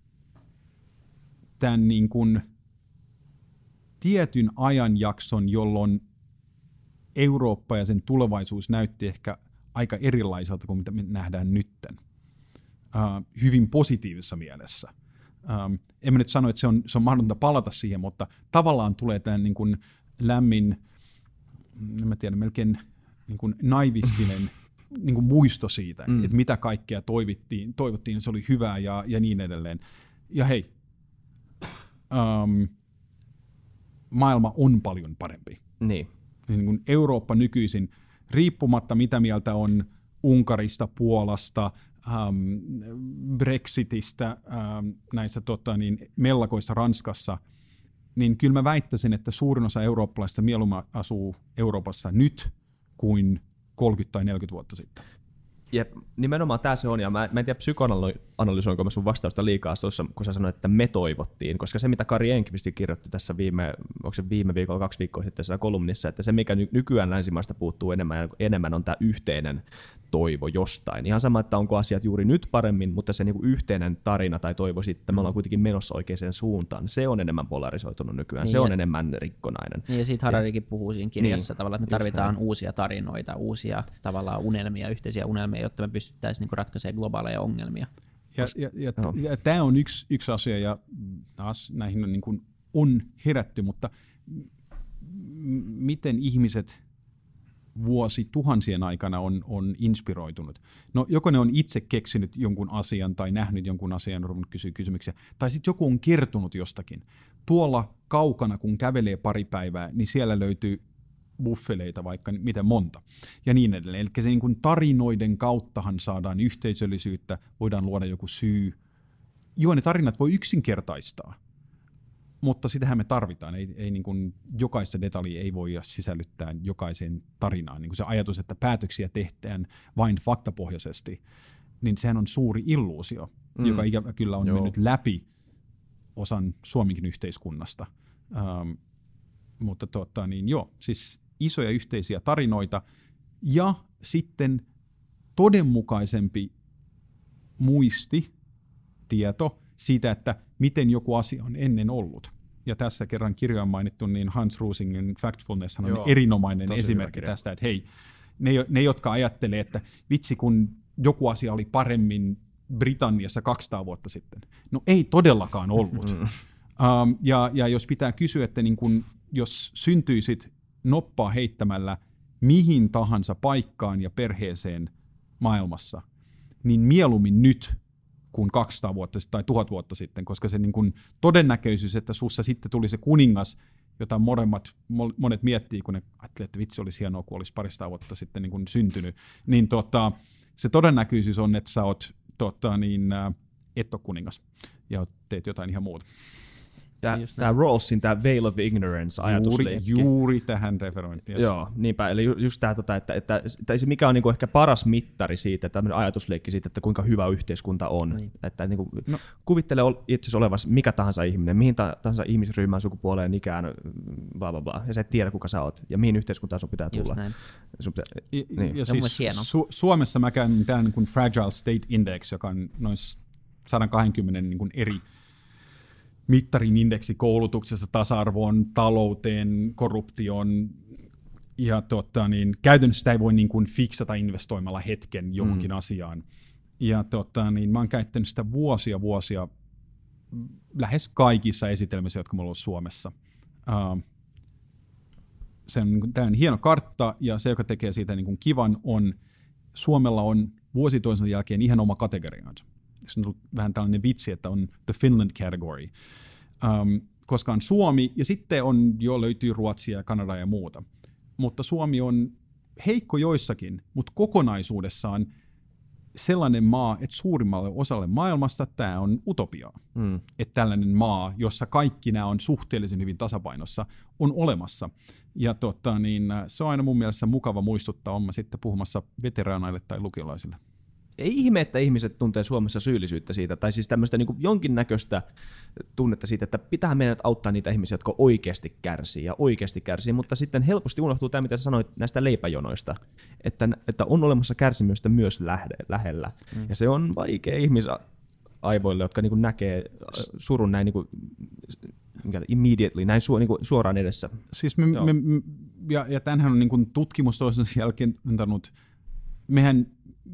tämän niin kuin tietyn ajanjakson, jolloin Eurooppa ja sen tulevaisuus näytti ehkä aika erilaiselta kuin mitä me nähdään nytten. Äh, hyvin positiivisessa mielessä. Ähm, en mä nyt sano, että se on, se on mahdotonta palata siihen, mutta tavallaan tulee tämä niin kuin lämmin, en mä tiedä, melkein niin kuin naivistinen niin kuin muisto siitä, mm. että mitä kaikkea toivottiin, toivottiin, se oli hyvää ja, ja niin edelleen. Ja hei, ähm, maailma on paljon parempi. Niin. Niin kuin Eurooppa nykyisin, riippumatta mitä mieltä on Unkarista, Puolasta, ähm, Brexitistä, ähm, näistä tota, niin, mellakoista Ranskassa, niin kyllä mä väittäisin, että suurin osa eurooppalaista mieluummin asuu Euroopassa nyt kuin kolmekymmentä tai neljäkymmentä vuotta sitten. Jep, nimenomaan tämä se on, ja mä, mä en tiedä psykoanalysoinko mä sun vastausta liikaa tuossa, kun sä sanoit, että me toivottiin, koska se, mitä Kari Enqvist kirjoitti tässä viime, onko se viime viikolla, kaksi viikkoa sitten siinä kolumnissa, että se, mikä ny- nykyään länsimaista puuttuu enemmän, enemmän on tämä yhteinen toivo jostain. Ihan sama, että onko asiat juuri nyt paremmin, mutta se niinku yhteinen tarina tai toivo siitä, että me ollaan kuitenkin menossa oikeaan suuntaan, se on enemmän polarisoitunut nykyään, niin se on ja, enemmän rikkonainen. Niin ja siitä Hararikin puhuu siinä kirjassa, niin, tavallaan, että me tarvitaan uusia tarinoita, uusia tavallaan unelmia, yhteisiä unelmia, jotta me pystyttäisiin niinku ratkaisemaan globaaleja ongelmia. Ja, ja, ja, no. ja tämä on yksi, yksi asia, ja taas näihin on, niin kuin on herätty, mutta m- miten ihmiset vuosi tuhansien aikana on, on inspiroitunut. No joko ne on itse keksinyt jonkun asian tai nähnyt jonkun asian ja ruvennut kysyä kysymyksiä, tai sitten joku on kertonut jostakin. Tuolla kaukana, kun kävelee pari päivää, niin siellä löytyy buffeleita vaikka miten monta ja niin edelleen. Eli se niin kuin tarinoiden kauttahan saadaan yhteisöllisyyttä, voidaan luoda joku syy. Joo, ne tarinat voi yksinkertaistaa, mutta sitähän me tarvitaan. Ei, ei niin kuin, jokaista detaljia ei voi sisällyttää jokaiseen tarinaan. Niin kuin se ajatus, että päätöksiä tehdään vain faktapohjaisesti, niin sehän on suuri illuusio, mm. joka ikävä kyllä on Joo. mennyt läpi osan Suomenkin yhteiskunnasta. Ähm, mutta tota, niin joo, siis isoja yhteisiä tarinoita ja sitten todenmukaisempi muisti, tieto siitä, että miten joku asia on ennen ollut. Ja tässä kerran kirjoja mainittu, niin Hans Rosingin Factfulness on Joo, erinomainen esimerkki tästä, että hei, ne, ne, jotka ajattelee, että vitsi kun joku asia oli paremmin Britanniassa kaksisataa vuotta sitten. No ei todellakaan ollut. um, ja, ja jos pitää kysyä, että niin kun, jos syntyisit noppaa heittämällä mihin tahansa paikkaan ja perheeseen maailmassa, niin mieluummin nyt kuin kaksisataa vuotta sitten tai tuhat vuotta sitten, koska se niin kuin todennäköisyys, että sussa sitten tuli se kuningas, jota monet, monet miettii, kun ne ajattelee, että vitsi olisi hienoa, kun olisi parista vuotta sitten niin kuin syntynyt, niin tota, se todennäköisyys on, että sä oot tota, niin, et ole kuningas ja teet jotain ihan muuta. Tämä Rawlsin, tämä Veil of Ignorance-ajatusleikki. Juuri, juuri tähän referointiin. Joo, niinpä. Eli just tämä, tota, että, että, että se mikä on niinku ehkä paras mittari siitä, tämmöinen ajatusleikki siitä, että kuinka hyvä yhteiskunta on. Niin. Että niinku, no. Kuvittele itse asiassa olevasi mikä tahansa ihminen, mihin tahansa ihmisryhmään, sukupuoleen, ikään, bla bla bla. Ja sä et tiedä, kuka sä oot ja mihin yhteiskuntaan sun pitää tulla. Sun pitää, I, niin. Ja siis Su- Suomessa mä käyn tämän niin kuin Fragile State Index, joka on noin sata kaksikymmentä niin kuin eri mittarin indeksi koulutuksesta, tasa-arvoon, talouteen, korruptioon, ja tota, niin, käytännössä sitä ei voi niin kuin fiksata investoimalla hetken johonkin mm. asiaan. Ja tota, niin, mä oon käyttänyt sitä vuosia vuosia lähes kaikissa esitelmissä, jotka mulla on ollut Suomessa. Uh, se on, tämä on hieno kartta, ja se, joka tekee siitä niin kuin kivan, on Suomella on vuosi toisen jälkeen ihan oma kategoriansa. Se on vähän tällainen vitsi, että on the Finland category, um, koska on Suomi, ja sitten on, jo löytyy Ruotsia, Kanadaa ja muuta. Mutta Suomi on heikko joissakin, mutta kokonaisuudessaan sellainen maa, että suurimmalle osalle maailmasta tämä on utopiaa. Mm. Että tällainen maa, jossa kaikki nämä on suhteellisen hyvin tasapainossa, on olemassa. Ja tota, niin, se on aina mun mielestä mukava muistuttaa, on mä sitten puhumassa veteraaneille tai lukiolaisille. Ei ihme, että ihmiset tuntee Suomessa syyllisyyttä siitä, tai siis tämmöistä niin kuin jonkinnäköistä tunnetta siitä, että pitää meidän auttaa niitä ihmisiä, jotka oikeasti kärsii ja oikeasti kärsii, mutta sitten helposti unohtuu tämä, mitä sä sanoit näistä leipäjonoista, että, että on olemassa kärsimystä myös lähde, lähellä, mm. ja se on vaikea ihmisaivoille, jotka niin kuin näkee surun näin niin kuin, immediately, näin su, niin kuin suoraan edessä. Siis me, me, ja, ja tämänhän on niin kuin tutkimus toisensa jälkeen antanut, mehän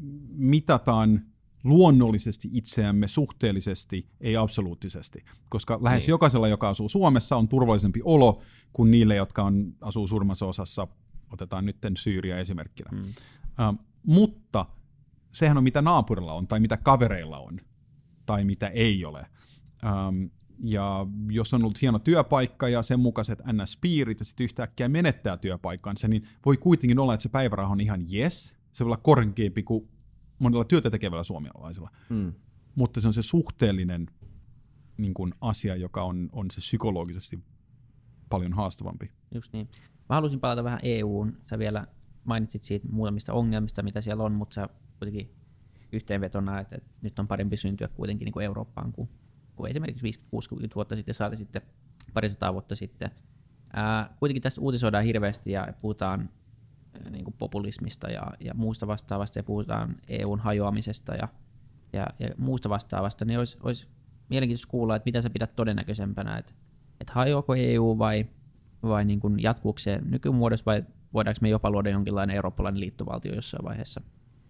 mitataan luonnollisesti itseämme suhteellisesti, ei absoluuttisesti, koska lähes niin. jokaisella, joka asuu Suomessa, on turvallisempi olo kuin niille, jotka on, asuu suurimmassa osassa, otetaan nyt Syyria esimerkkinä. Mm. Uh, mutta sehän on mitä naapurilla on, tai mitä kavereilla on, tai mitä ei ole. Um, ja jos on ollut hieno työpaikka ja sen mukaiset N S-piirit, ja sitten yhtäkkiä menettää työpaikkansa, niin voi kuitenkin olla, että se päiväraha on ihan yes, se voi olla korkeampi kuin monella työtä tekevällä suomalaisilla. Mm. Mutta se on se suhteellinen niin kuin asia, joka on, on se psykologisesti paljon haastavampi. Just niin. Mä halusin palata vähän E U:n. Sä vielä mainitsit siitä muutamista ongelmista, mitä siellä on, mutta sä kuitenkin yhteenvetona, että, että nyt on parempi syntyä kuitenkin niin kuin Eurooppaan kuin, kuin esimerkiksi viisikymmentä kuusikymmentä vuotta sitten saati sitten parisataa vuotta sitten. Ää, kuitenkin tästä uutisoidaan hirveästi ja puhutaan niin kuin populismista ja, ja muusta vastaavasta ja puhutaan E U:n hajoamisesta ja, ja, ja muusta vastaavasta, niin olisi, olisi mielenkiintoista kuulla, että mitä sä pidät todennäköisempänä, että, että hajoako E U vai, vai niin kuin jatkuuko se nykymuodossa vai voidaanko me jopa luoda jonkinlainen eurooppalainen liittovaltio jossain vaiheessa?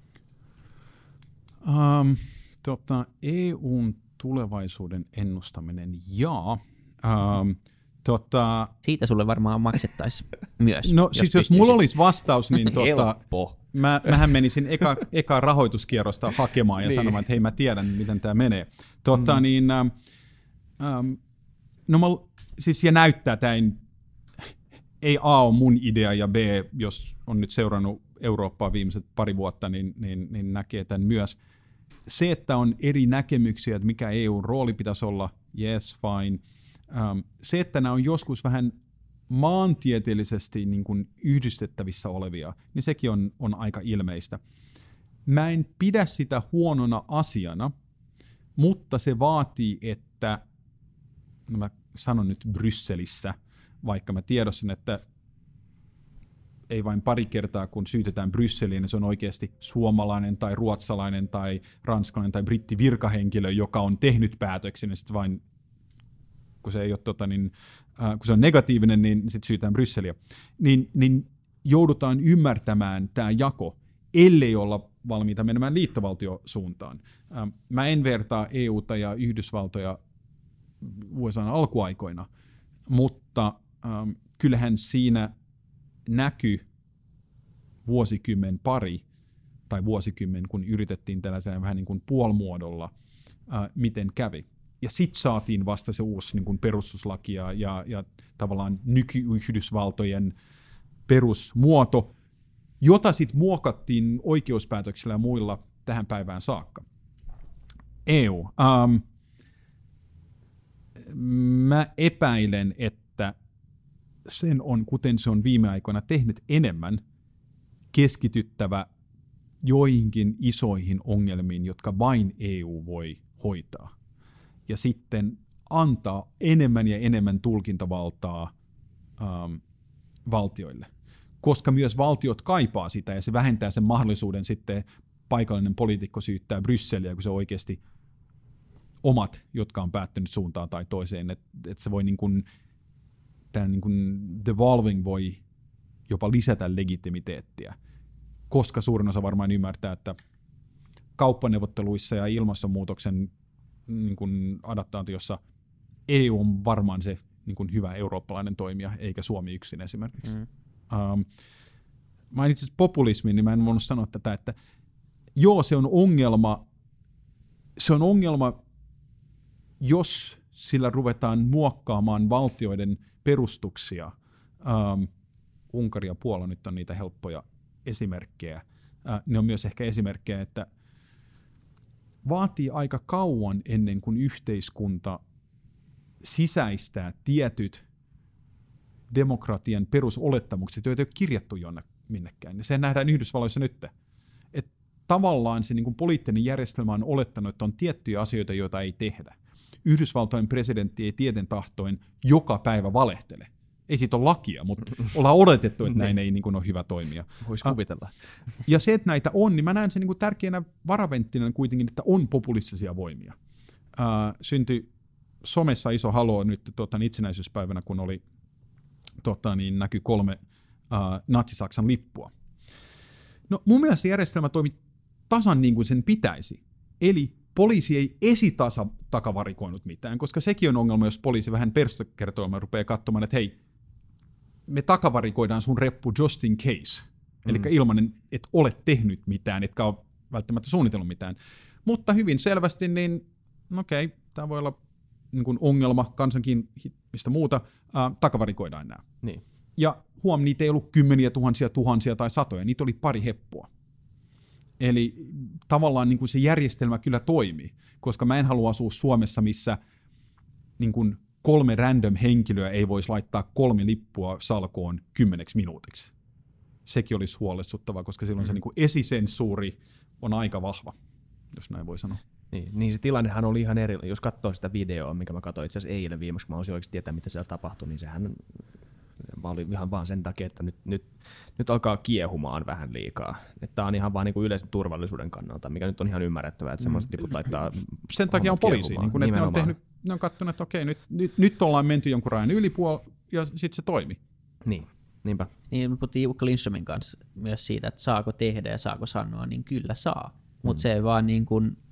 Um, tota, E U:n tulevaisuuden ennustaminen, jaa. Um, Tota, Siitä sulle varmaan maksettaisiin myös. no siis jos mulla olisi vastaus, niin tota, Helppo. mä, mähän menisin eka, eka rahoituskierrosta hakemaan ja niin. sanomaan, että hei mä tiedän, miten tämä menee. Tota, mm. niin, ähm, ähm, no mä, siis ja näyttää, tämä ei, ei A ole mun idea ja B, jos on nyt seurannut Eurooppaa viimeiset pari vuotta, niin, niin, niin näkee tämän myös. Se, että on eri näkemyksiä, että mikä E U:n rooli pitäisi olla, yes, fine. Um, se, että nämä on joskus vähän maantieteellisesti niin kuin yhdistettävissä olevia, niin sekin on, on aika ilmeistä. Mä en pidä sitä huonona asiana, mutta se vaatii, että, no mä sanon nyt Brysselissä, vaikka mä tiedostan, että ei vain pari kertaa, kun syytetään Brysseliin, niin se on oikeasti suomalainen tai ruotsalainen tai ranskalainen tai britti virkahenkilö, joka on tehnyt päätöksen, ja sitten vain, kun se ei ole tota, niin, äh, kun se on negatiivinen, niin sitten syytetään Brysseliä. Niin, niin joudutaan ymmärtämään tämä jako, ellei olla valmiita menemään liittovaltiosuuntaan. Ähm, mä en vertaa E U:ta ja Yhdysvaltoja U S A:n alkuaikoina, mutta ähm, kyllähän siinä näky vuosikymmen pari tai vuosikymmen, kun yritettiin tällaisella vähän niin kuin puolimuodolla, ää, miten kävi. Ja sitten saatiin vasta se uusi niin kuin perustuslaki ja, ja, ja tavallaan nyky-Yhdysvaltojen perusmuoto, jota sitten muokattiin oikeuspäätöksillä ja muilla tähän päivään saakka. E U. Ähm, mä epäilen, että sen on, kuten se on viime aikoina tehnyt enemmän, keskityttävä joihinkin isoihin ongelmiin, jotka vain E U voi hoitaa. Ja sitten antaa enemmän ja enemmän tulkintavaltaa ähm, valtioille. Koska myös valtiot kaipaa sitä, ja se vähentää sen mahdollisuuden sitten paikallinen poliitikko syyttää Brysseliä, kun se on oikeasti omat, jotka on päättänyt suuntaan tai toiseen. Että et se voi niin kuin tämä niin kuin devolving voi jopa lisätä legitimiteettiä, koska suurin osa varmaan ymmärtää, että kauppaneuvotteluissa ja ilmastonmuutoksen niin kuin adaptaatiossa E U on varmaan se niin kuin hyvä eurooppalainen toimija, eikä Suomi yksin esimerkiksi. Mm. Um, mainitsit populismin, niin mä en voinut sanoa tätä, että joo, se on ongelma, se on ongelma, jos sillä ruvetaan muokkaamaan valtioiden perustuksia. Um, Unkari ja Puola nyt on niitä helppoja esimerkkejä. Uh, ne on myös ehkä esimerkkejä, että vaatii aika kauan ennen kuin yhteiskunta sisäistää tietyt demokratian perusolettamukset, joita ei ole kirjattu jonne minnekään. Ja se nähdään Yhdysvalloissa nyt. Että tavallaan se niin kuin poliittinen järjestelmä on olettanut, että on tiettyjä asioita, joita ei tehdä. Yhdysvaltojen presidentti ei tieten tahtoin joka päivä valehtele. Ei siitä ole lakia, mutta ollaan odotettu, että näin ei niin kuin ole hyvä toimia. Voisi kuvitella. Ja se, että näitä on, niin mä näen sen niin kuin tärkeänä varaventtinä kuitenkin, että on populistisia voimia. Äh, syntyi somessa iso haloo nyt tota, itsenäisyyspäivänä, kun oli, tota, niin näkyi kolme äh, natsi-Saksan lippua. No mun mielestä järjestelmä toimi tasan niin kuin sen pitäisi. Eli poliisi ei esitasa takavarikoinut mitään, koska sekin on ongelma, jos poliisi vähän perustökertoilma rupeaa katsomaan, että hei, me takavarikoidaan sun reppu just in case. Mm. Eli ilman, et ole tehnyt mitään, etkä ole välttämättä suunnitellut mitään. Mutta hyvin selvästi, niin okei, okay, tämä voi olla niin kuin ongelma, kansankin, mistä muuta, äh, takavarikoidaan nämä. Niin. Ja huom, niitä ei ollut kymmeniä tuhansia, tuhansia tai satoja, niitä oli pari heppua. Eli tavallaan niin kuin se järjestelmä kyllä toimii, koska mä en halua asua Suomessa, missä niin kuin kolme random henkilöä ei voisi laittaa kolme lippua salkoon kymmeneksi minuutiksi. Sekin olisi huolestuttavaa, koska silloin mm. se niin kuin esisensuuri on aika vahva, jos näin voi sanoa. Niin, niin se tilannehan oli ihan eri. Jos katsoo sitä videoa, mikä mä katsoin itse asiassa eilen viimeksi, kun mä olisin oikeasti tietää, mitä siellä tapahtui, niin sehän oli ihan vaan sen takia, että nyt, nyt, nyt alkaa kiehumaan vähän liikaa. Tämä on ihan vaan niin kuin yleisen turvallisuuden kannalta, mikä nyt on ihan ymmärrettävää, että semmoiset liput laittaa sen takia on poliisi, niin kuin, että ne on, tehnyt, ne on katsonut, että okei, nyt, nyt, nyt ollaan menty jonkun rajan ylipuolella, ja sitten se toimi. Niin, niinpä. Niin, me puhuttiin Jukka Lindströmin kanssa myös siitä, että saako tehdä ja saako sanoa, niin kyllä saa. Mutta mm. se ei vaan niin kuin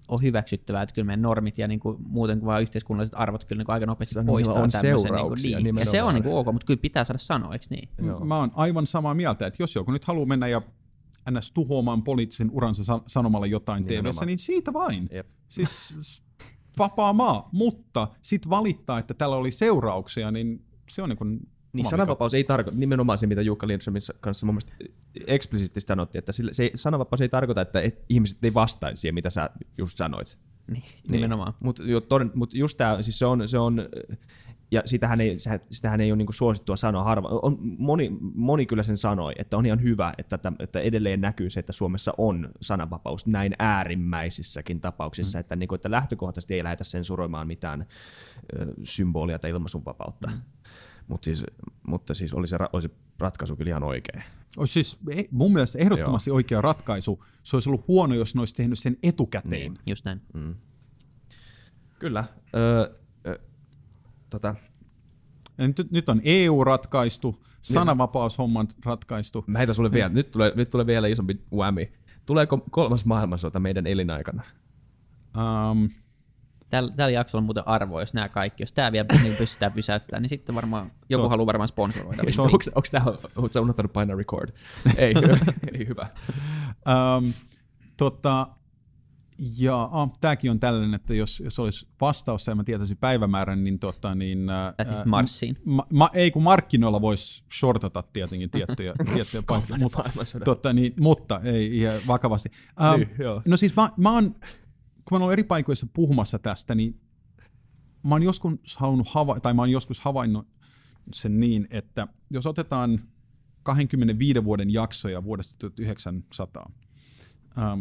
ole hyväksyttävää, että kyllä meidän normit ja niin kuin, muuten kuin vaan yhteiskunnalliset arvot kyllä niin kuin aika nopeasti Se on poistaa on tämmöisen. seurauksia, Niin kuin, niin se on niin kuin ok, mutta kyllä pitää saada sanoa, eikö niin? Joo. Mä oon aivan samaa mieltä, että jos joku nyt haluaa mennä ja ns. Tuhoamaan poliittisen uransa san- sanomalla jotain T V:ssä, niin siitä vain. Jep. Siis vapaa maa, mutta sit valittaa, että tällä oli seurauksia, niin se on niin kuin Niin sananvapaus ei tarkoita, nimenomaan se mitä Jukka Lindströmin kanssa mun mielestä eksplisiittisesti sanottiin, että sille, se sananvapaus ei tarkoita, että et, ihmiset ei vastaisi siihen, mitä sä just sanoit. Niin, nimenomaan. Niin. Mutta mut just tää, siis se on, se on ja sitähän ei, sitähän ei ole niinku suosittua sanoa harva. On, moni, moni kyllä sen sanoi, että on ihan hyvä, että, että edelleen näkyy se, että Suomessa on sananvapaus näin äärimmäisissäkin tapauksissa, mm. että, niinku, että lähtökohtaisesti ei lähdetä sensuroimaan mitään ö, symbolia tai ilmaisunvapautta. Mm. Mut siis, mutta siis oli se, oli se ratkaisu kyllä ihan oikein. Olisi siis mun mielestä ehdottomasti Joo. oikea ratkaisu. Se olisi ollut huono, jos ne olisi tehnyt sen etukäteen. Niin, just näin. Mm. Kyllä. Öö, ö, tota. Nyt, nyt on E U ratkaistu, sananvapaushomman ratkaistu. Mä heitän sulle vielä, nyt tulee, nyt tulee vielä isompi whammy. Tuleeko kolmas maailmansota meidän elinaikana? Um, Tällä, tällä jaksolla on muuten arvoa, jos nämä kaikki, jos tämä vielä niin pystytään pysäyttämään, niin sitten varmaan joku Tot. haluaa varmaan sponsoroida. Onko tämä, onko sä unohtanut painaa record? ei, ei hyvä. Um, tota, ja ah, tämäkin on tällainen, että jos, jos olisi vastaus ja mä tietäisin päivämäärän, niin... Tota, niin äh, Marsiin. Ma, ma, ei kun markkinoilla voisi shortata tietenkin tiettyjä, tiettyjä paikkoja, mutta, tota, niin, mutta ei ihan vakavasti. Um, niin, no siis mä, mä oon... Kun mä olen eri paikoissa puhumassa tästä, niin mä oon joskus halunnut hava- tai mä oon joskus havainnut sen niin, että jos otetaan kaksikymmentäviisi vuoden jaksoja vuodesta tuhatyhdeksänsataa, ähm,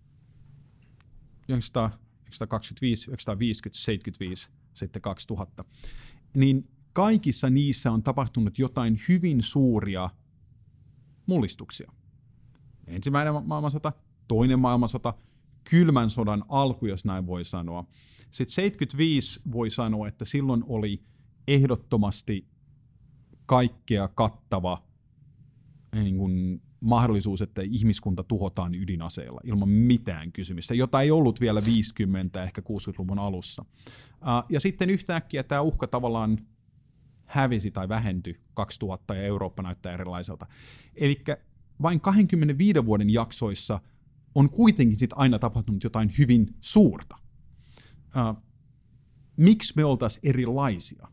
yhdeksänsataakaksikymmentäviisi, yhdeksänsataaviisikymmentä, seitsemänkymmentäviisi, sitten kaksituhatta, niin kaikissa niissä on tapahtunut jotain hyvin suuria mullistuksia. Ensimmäinen maailmansota, toinen maailmansota, kylmän sodan alku, jos näin voi sanoa. Sitten seitsemänkymmentäviisi voi sanoa, että silloin oli ehdottomasti kaikkea kattava niin kuin mahdollisuus, että ihmiskunta tuhotaan ydinaseella ilman mitään kysymystä, jota ei ollut vielä viisikymmentä, ehkä kuusikymmentäluvun alussa. Ja sitten yhtäkkiä tämä uhka tavallaan hävisi tai vähentyi kaksituhatta ja Eurooppa näyttää erilaiselta. Eli vain kaksikymmentäviisi vuoden jaksoissa on kuitenkin sit aina tapahtunut jotain hyvin suurta. Uh, miksi me oltaisiin erilaisia?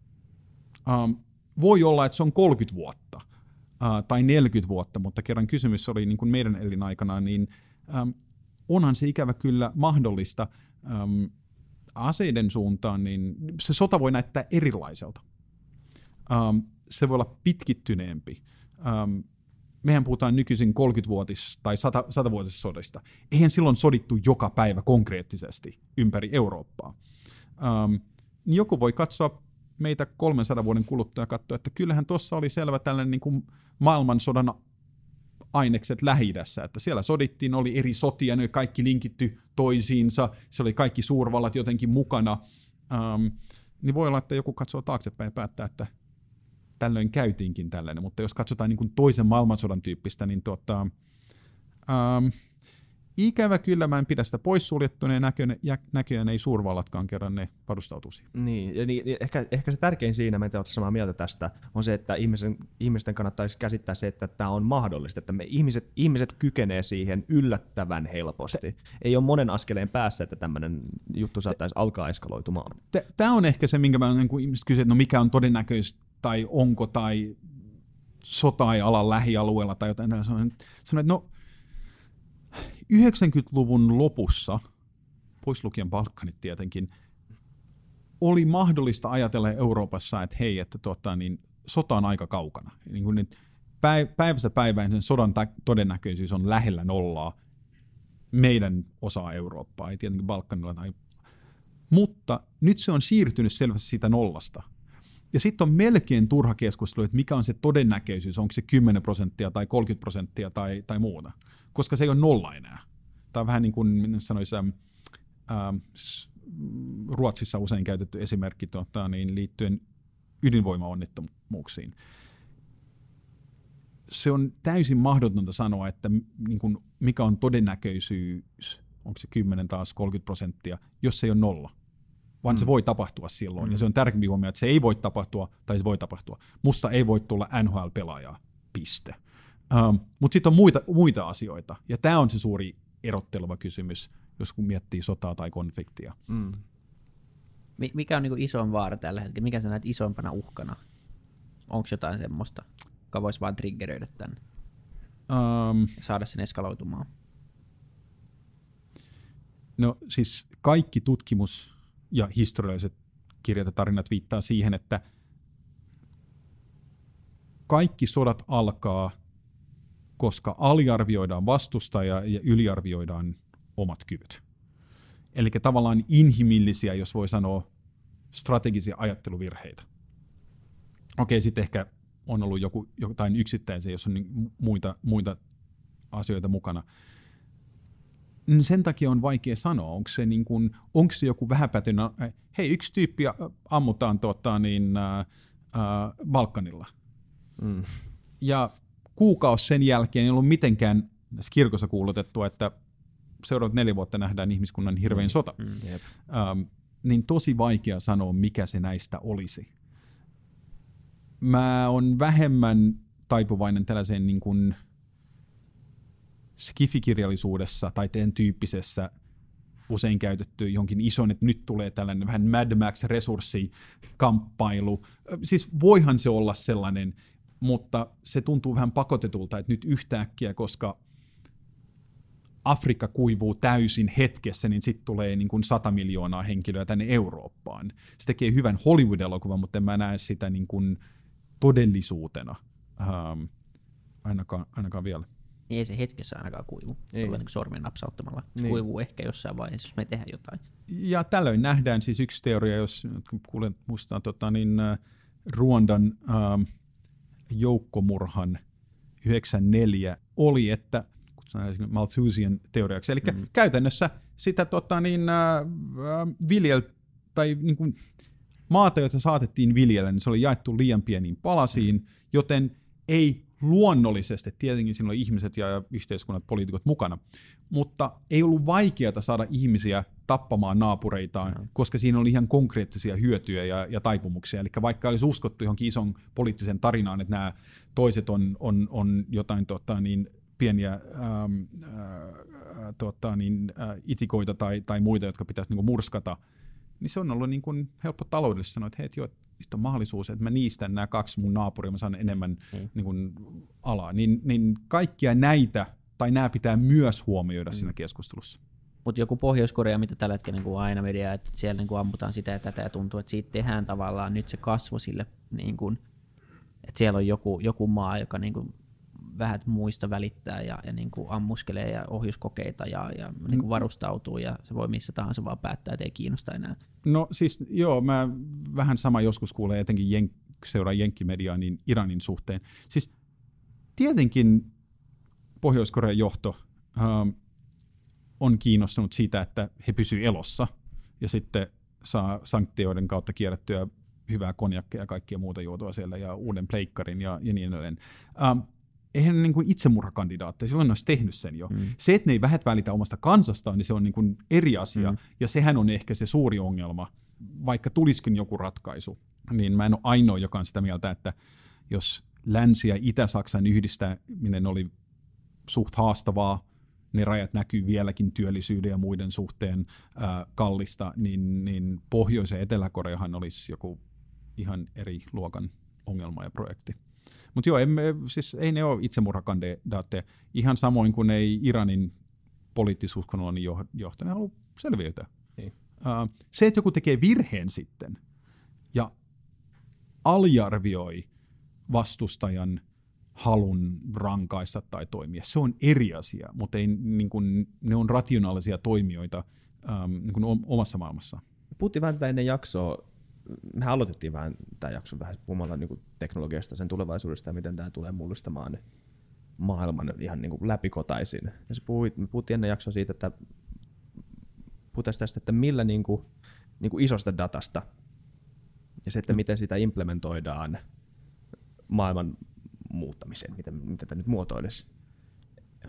Uh, voi olla, että se on kolmekymmentä vuotta uh, tai neljäkymmentä vuotta, mutta kerran kysymys oli niin kuin meidän elinaikana, niin um, onhan se ikävä kyllä mahdollista um, aseiden suuntaan, niin se sota voi näyttää erilaiselta. Um, se voi olla pitkittyneempi. Um, Mehän puhutaan nykyisin kolmekymmentävuotis- tai satavuotisesta sodasta. Eihän silloin sodittu joka päivä konkreettisesti ympäri Eurooppaa. Ähm, niin joku voi katsoa meitä kolmensadan vuoden kuluttua ja katsoa, että kyllähän tuossa oli selvä tällainen niin kuin maailmansodan ainekset Lähi-idässä, että siellä sodittiin, oli eri sotia, ne kaikki linkitty toisiinsa, se oli kaikki suurvallat jotenkin mukana. Ähm, niin voi olla, että joku katsoo taaksepäin ja päättää, että tällöin käytiinkin tällainen, mutta jos katsotaan niin kuin toisen maailmansodan tyyppistä, niin tuota, ähm, ikävä kyllä mä en pidä sitä poissuljettuna ja näköjään, näköjään ei suurvallatkaan kerran ne varustautuisi. Niin, ja niin ehkä, ehkä se tärkein siinä, mä en ole samaa mieltä tästä, on se, että ihmisen, ihmisten kannattaisi käsittää se, että tämä on mahdollista, että me ihmiset, ihmiset kykenee siihen yllättävän helposti. Ei ole monen askeleen päässä, että tämmöinen juttu saattaisi alkaa eskaloitumaan. Tämä on ehkä se, minkä mä niin kuin ihmiset kysyvät, että no mikä on todennäköistä, tai onko, tai sota ei ala lähialueella, tai jotain tällaista. Sanoin, että no, yhdeksänkymmentäluvun lopussa, pois lukien Balkanit tietenkin, oli mahdollista ajatella Euroopassa, että hei, että tota, niin, sota on aika kaukana. Niin kuin päivästä päivään sen sodan todennäköisyys on lähellä nollaa meidän osaa Eurooppaa, ei tietenkin Balkanilla. Tai... Mutta nyt se on siirtynyt selvästi siitä nollasta. Ja sitten on melkein turha keskustelu, että mikä on se todennäköisyys, onko se kymmenen prosenttia tai kolmekymmentä prosenttia tai, tai muuta, koska se ei ole nolla enää. Tämä on vähän niin kuin sanoisi, ää, Ruotsissa usein käytetty esimerkki tota, niin liittyen ydinvoimaonnettomuuksiin. Se on täysin mahdotonta sanoa, että niin kuin, mikä on todennäköisyys onko se kymmenen taas kolmekymmentä prosenttia, jos se ei ole nolla. Vaan mm. se voi tapahtua silloin. Mm. Ja se on tärkeämpi huomioon, että se ei voi tapahtua, tai se voi tapahtua. Musta ei voi tulla N H L-pelaajaa, piste. Um, Mutta sitten on muita, muita asioita. Ja tämä on se suuri erotteleva kysymys, jos kun miettii sotaa tai konfliktia. Mm. Mikä on niinku isoin vaara tällä hetkellä? Mikä sä näet isoimpana uhkana? Onko jotain semmoista, joka voisi vaan triggeröidä tämän? Um, saada sen eskaloitumaan? No siis kaikki tutkimus ja historialliset kirjat ja tarinat viittaa siihen, että kaikki sodat alkaa, koska aliarvioidaan vastustajaa ja yliarvioidaan omat kyvyt. Eli tavallaan inhimillisiä, jos voi sanoa, strategisia ajatteluvirheitä. Okei, sitten ehkä on ollut joku, jotain yksittäisiä, jos on niin muita, muita asioita mukana. Sen takia on vaikea sanoa, onko se, niin kuin, onko se joku vähäpätöinen, hei, yksi tyyppi ammutaan tuota, niin, äh, Balkanilla. Mm. Ja kuukausi sen jälkeen ei ollut mitenkään kirkossa kuulutettua, että seuraavat neljä vuotta nähdään ihmiskunnan hirvein mm. sota. Mm. Yep. Ähm, niin tosi vaikea sanoa, mikä se näistä olisi. Mä oon vähemmän taipuvainen tällaiseen niin kuin skifikirjallisuudessa tai teen tyyppisessä usein käytetty johonkin ison, että nyt tulee tällainen vähän Mad Max-resurssikamppailu. Siis voihan se olla sellainen, mutta se tuntuu vähän pakotetulta, että nyt yhtäkkiä, koska Afrikka kuivuu täysin hetkessä, niin sitten tulee niin kuin sata miljoonaa henkilöä tänne Eurooppaan. Se tekee hyvän Hollywood-elokuvan, mutta en mä näe sitä niin kuin todellisuutena ähm, ainakaan, ainakaan vielä. Ei se hetkessä ainakaan kuivu. Tulee niin sormen napsauttamalla. Se niin. Kuivuu ehkä jossain vaiheessa, jos me tehdään jotain. Ja tällöin nähdään siis yksi teoria, jos kuulen muistaa tota, niin, Ruandan ähm, joukkomurhan yhdeksänkymmentäneljä oli, että Malthusian teoriaksi. Eli mm. käytännössä sitä tota, niin, äh, viljel, tai niin kuin, maata, jota saatettiin viljellä, niin se oli jaettu liian pieniin palasiin, mm. joten ei luonnollisesti, tietenkin siinä oli ihmiset ja yhteiskunnat, poliitikot mukana, mutta ei ollut vaikeaa saada ihmisiä tappamaan naapureitaan, mm. koska siinä oli ihan konkreettisia hyötyjä ja, ja taipumuksia. Eli vaikka olisi uskottu johonkin ison poliittisen tarinaan, että nämä toiset on, on, on jotain tota, niin, pieniä ähm, äh, tota, niin, äh, itikoita tai, tai muita, jotka pitäisi niin kuin murskata, niin se on ollut niin kuin helppo taloudellisesti sanoa, että hei, joo, nyt on mahdollisuus, että mä niistän nämä kaksi mun naapuria, mä saan enemmän mm. niin kuin, alaa. Niin, niin kaikkia näitä, tai nämä pitää myös huomioida mm. siinä keskustelussa. Mutta joku Pohjois-Korea, mitä tällä hetkellä niin kuin aina media, että siellä niin kuin ammutaan sitä ja tätä ja tuntuu, että siitä tehdään tavallaan nyt se kasvo sille, niin kuin, että siellä on joku, joku maa, joka niin kuin vähän muista välittää ja, ja niin kuin ammuskelee ja ohjuskokeita ja, ja niin kuin varustautuu ja se voi missä tahansa vaan päättää, että ei kiinnosta enää. No siis joo, mä vähän sama joskus kuulen etenkin jen- seuraa jenkkimediaa niin Iranin suhteen. Siis tietenkin Pohjois-Korean johto ähm, on kiinnostunut siitä, että he pysyvät elossa ja sitten saa sanktioiden kautta kierrättyä hyvää konjakkeja ja kaikkia muuta juotua siellä ja uuden pleikkarin ja, ja niin edelleen. Ähm, Eihän niin kuin itsemurhakandidaatteja, silloin ne olisi tehnyt sen jo. Mm. Se, että ne ei vähät välitä omasta kansastaan, niin se on niin kuin eri asia, mm. ja sehän on ehkä se suuri ongelma. Vaikka tulisikin joku ratkaisu, niin mä en ole ainoa, joka on sitä mieltä, että jos Länsi- ja Itä-Saksan yhdistäminen oli suht haastavaa, ne rajat näkyy vieläkin työllisyyden ja muiden suhteen äh, kallista, niin, niin Pohjois- ja Etelä-Koreahan olisi joku ihan eri luokan ongelma ja projekti. Mutta joo, emme, siis ei ne ole itsemurhakandidaatteja, ihan samoin kuin ei Iranin poliittisuuskonnollinen johtaja, ne haluaa selviytyä. Niin. Uh, se, että joku tekee virheen sitten ja aliarvioi vastustajan halun rankaista tai toimia, se on eri asia, mutta ei, niin kun, ne on rationaalisia toimijoita um, niin kun omassa maailmassa. Puhuttiin vähän tätä ennen jaksoa. Mehän aloitettiin vähän tämä jakso vähän puhumalla niin kuin teknologiasta, sen tulevaisuudesta ja miten tämä tulee mullistamaan maailman ihan niin kuin läpikotaisin. Ja se puhui, me puhuttiin ennen jaksoa siitä, että puhutaan tästä, että millä niin kuin, niin kuin isosta datasta ja se, että miten sitä implementoidaan maailman muuttamiseen, miten, miten tämä nyt muotoilisi.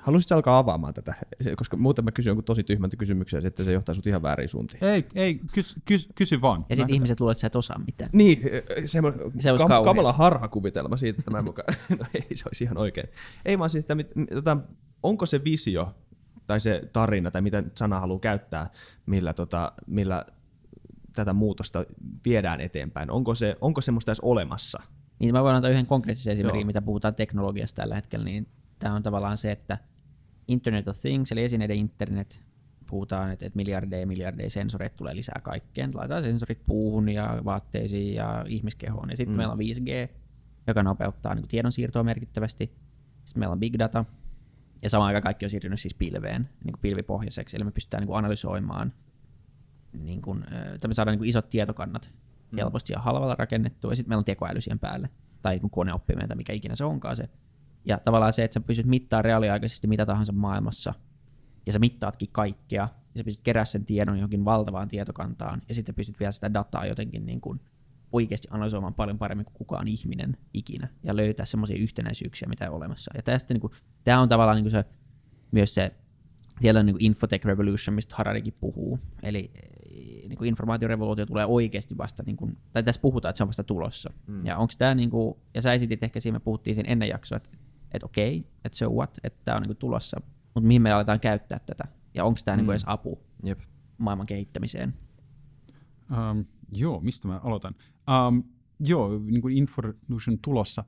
Haluaisitko alkaa avaamaan tätä? Koska muuten mä kysyn jonkun tosi tyhmältä kysymyksiä, ja sitten se johtaa sut ihan väärin suuntiin. Ei, ei kys, kys, kysy vaan. Ja sitten ihmiset luulee, että sä et osaa mitään. Niin, semmoinen se kam- kamala harhakuvitelma siitä, että mä mukaan, no ei, se olisi ihan oikein. Ei vaan siis, että mit, tota, onko se visio, tai se tarina, tai mitä sana haluaa käyttää, millä, tota, millä tätä muutosta viedään eteenpäin? Onko, se, onko semmoista edes olemassa? Niin mä voin antaa yhden konkreettisen esimerkin, Joo. mitä puhutaan teknologiasta tällä hetkellä, niin tämä on tavallaan se, että Internet of Things, eli esineiden internet, puhutaan, että, että miljardeja ja miljardeja sensoreita tulee lisää kaikkeen. Laitetaan sensorit puuhun ja vaatteisiin ja ihmiskehoon. Ja sitten mm. meillä on viisi G, joka nopeuttaa niin kuin tiedonsiirtoa merkittävästi. Sitten meillä on big data, ja samaan aikaan kaikki on siirtynyt siis pilveen, niin kuin pilvipohjaiseksi, eli me pystytään niin kuin analysoimaan, niin kuin, että me saadaan niin kuin isot tietokannat mm. helposti ja halvalla rakennettua, ja sitten meillä on tekoäly siihen päälle, tai niin kuin koneoppiminen, tai mikä ikinä se onkaan se. Ja tavallaan se, että sä pystyt mittaamaan reaaliaikaisesti mitä tahansa maailmassa, ja sä mittaatkin kaikkea, ja sä pystyt kerää sen tiedon johonkin valtavaan tietokantaan, ja sitten pystyt vielä sitä dataa jotenkin niin kuin oikeasti analysoimaan paljon paremmin kuin kukaan ihminen ikinä, ja löytää semmoisia yhtenäisyyksiä, mitä on olemassa. Ja tästä niin kuin, tämä on tavallaan niin kuin se, myös se vielä niin kuin infotech revolution, mistä Hararikin puhuu. Eli niin kuin informaatiorevoluutio tulee oikeasti vasta, niin kuin, tai tässä puhutaan, että se on vasta tulossa. Mm. Ja onko tämä, niin kuin, ja sä esitit ehkä siinä, me puhuttiin siinä ennen jaksoa, että, että okei, että so what, että tämä on niin kuin tulossa, mutta mihin me aletaan käyttää tätä, ja onko tämä mm. niin kuin edes apu Jep. maailman kehittämiseen? Um, joo, mistä mä aloitan? Um, joo, niin kuin Inforevolution tulossa.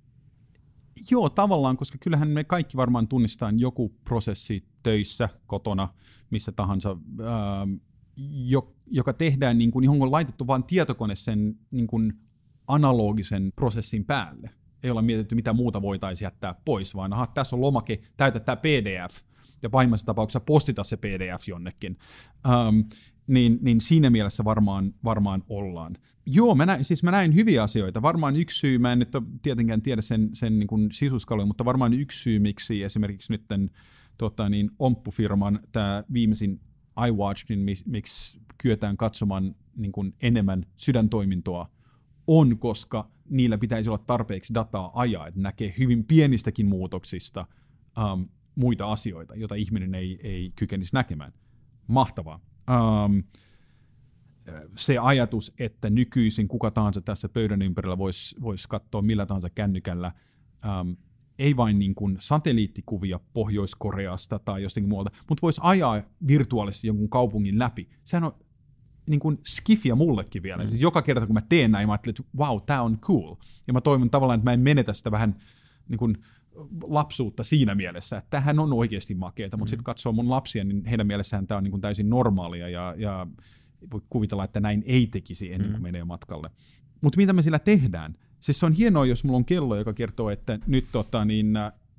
Joo, tavallaan, koska kyllähän me kaikki varmaan tunnistaan joku prosessi töissä, kotona, missä tahansa, um, jo, joka tehdään, niin kuin, johon on laitettu vain tietokone sen niin kuin analogisen prosessin päälle. Ei olla mietitty, mitä muuta voitaisiin jättää pois, vaan aha, tässä on lomake, täytä tämä P D F, ja pahimmassa tapauksessa postita se P D F jonnekin. Um, Niin, niin siinä mielessä varmaan, varmaan ollaan. Joo, mä näin, siis mä näin hyviä asioita. Varmaan yksi syy, mä en nyt ole tietenkään tiedä sen, sen niin kuin sisuskaluja, mutta varmaan yksi syy, miksi esimerkiksi nyt tota, niin, Omppufirman tämä viimeisin iWatch, niin miksi kyetään katsomaan niin kuin enemmän sydäntoimintoa, on, koska niillä pitäisi olla tarpeeksi dataa ajaa, että näkee hyvin pienistäkin muutoksista um, muita asioita, joita ihminen ei, ei kykenisi näkemään. Mahtavaa. Um, se ajatus, että nykyisin kuka tahansa tässä pöydän ympärillä voisi vois katsoa millä tahansa kännykällä, um, ei vain niin kuin satelliittikuvia Pohjois-Koreasta tai jostakin muualta, mutta voisi ajaa virtuaalisesti jonkun kaupungin läpi. Sehän on niin kuin skifiä mullekin vielä. Mm. Siis joka kerta, kun mä teen näin, mä ajattelin, että wow, tää on cool. Ja mä toivon tavallaan, että mä en menetä sitä vähän niin kuin lapsuutta siinä mielessä, että tämähän on oikeasti makeeta, mutta mm. sitten katsoo mun lapsia, niin heidän mielessään tämä on niin kuin täysin normaalia, ja, ja voi kuvitella, että näin ei tekisi ennen kuin mm. menee matkalle. Mutta mitä me sillä tehdään? Siis se on hienoa, jos mulla on kello, joka kertoo, että nyt tota, niin,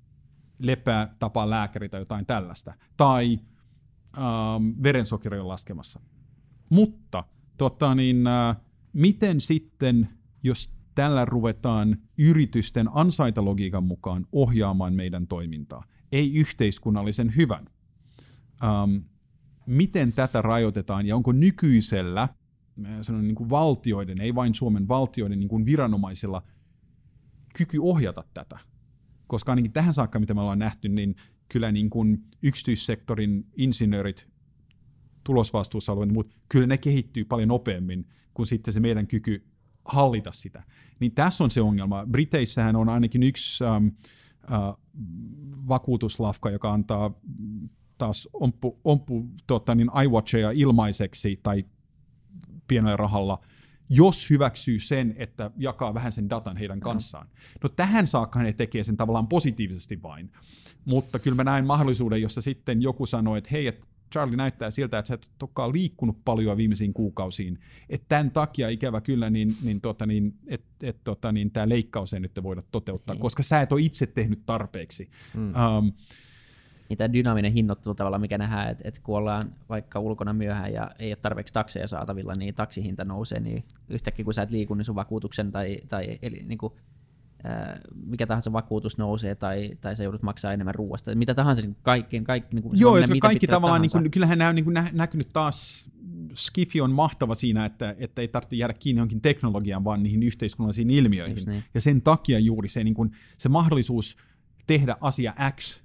lepää tapaa lääkäri tai jotain tällaista, tai ähm, verensokeri on laskemassa. Mutta tota, niin, äh, miten sitten, jos tällä ruvetaan yritysten ansaintalogiikan mukaan ohjaamaan meidän toimintaa, ei yhteiskunnallisen hyvän. Ähm, miten tätä rajoitetaan ja onko nykyisellä sanon, niin kuin valtioiden, ei vain Suomen valtioiden niin kuin viranomaisilla kyky ohjata tätä? Koska ainakin tähän saakka, mitä me ollaan nähty, niin kyllä niin kuin yksityissektorin insinöörit, tulosvastuussa olevat, mutta kyllä ne kehittyy paljon nopeammin kuin sitten se meidän kyky hallita sitä. Niin tässä on se ongelma. Briteissähän on ainakin yksi ähm, äh, vakuutuslafka, joka antaa taas omppu, omppu tota, niin iWatcheja ilmaiseksi tai pienellä rahalla, jos hyväksyy sen, että jakaa vähän sen datan heidän kanssaan. No tähän saakka he tekee sen tavallaan positiivisesti vain. Mutta kyllä mä näen mahdollisuuden, jossa sitten joku sanoo, että hei, että Charlie näyttää siltä, että sä et olekaan liikkunut paljon viimeisiin kuukausiin. Että tämän takia ikävä kyllä, niin, niin, tota, niin, että et, tota, niin, tämä leikkaus ei nyt voida toteuttaa, koska sä et ole itse tehnyt tarpeeksi. Mm. Um, niin tämä dynaaminen hinnoittelu tavalla, mikä nähdään, että, että kun ollaan vaikka ulkona myöhään ja ei ole tarpeeksi takseja saatavilla, niin taksihinta nousee, niin yhtäkkiä kun sä et liiku, niin sun vakuutuksen tai, tai eli, niin kuin, ää, mikä tahansa vakuutus nousee tai, tai sä joudut maksaa enemmän ruuasta. Mitä tahansa, niin kaikki, kaikki, niin kuin, joo, että kaikki tavallaan, niin kuin, kyllähän nämä on niin kuin nä, näkynyt taas, Skifi on mahtava siinä, että, että ei tarvitse jäädä kiinni johonkin teknologiaan, vaan niihin yhteiskunnallisiin ilmiöihin. Niin. Ja sen takia juuri se, niin kuin, se mahdollisuus tehdä asia X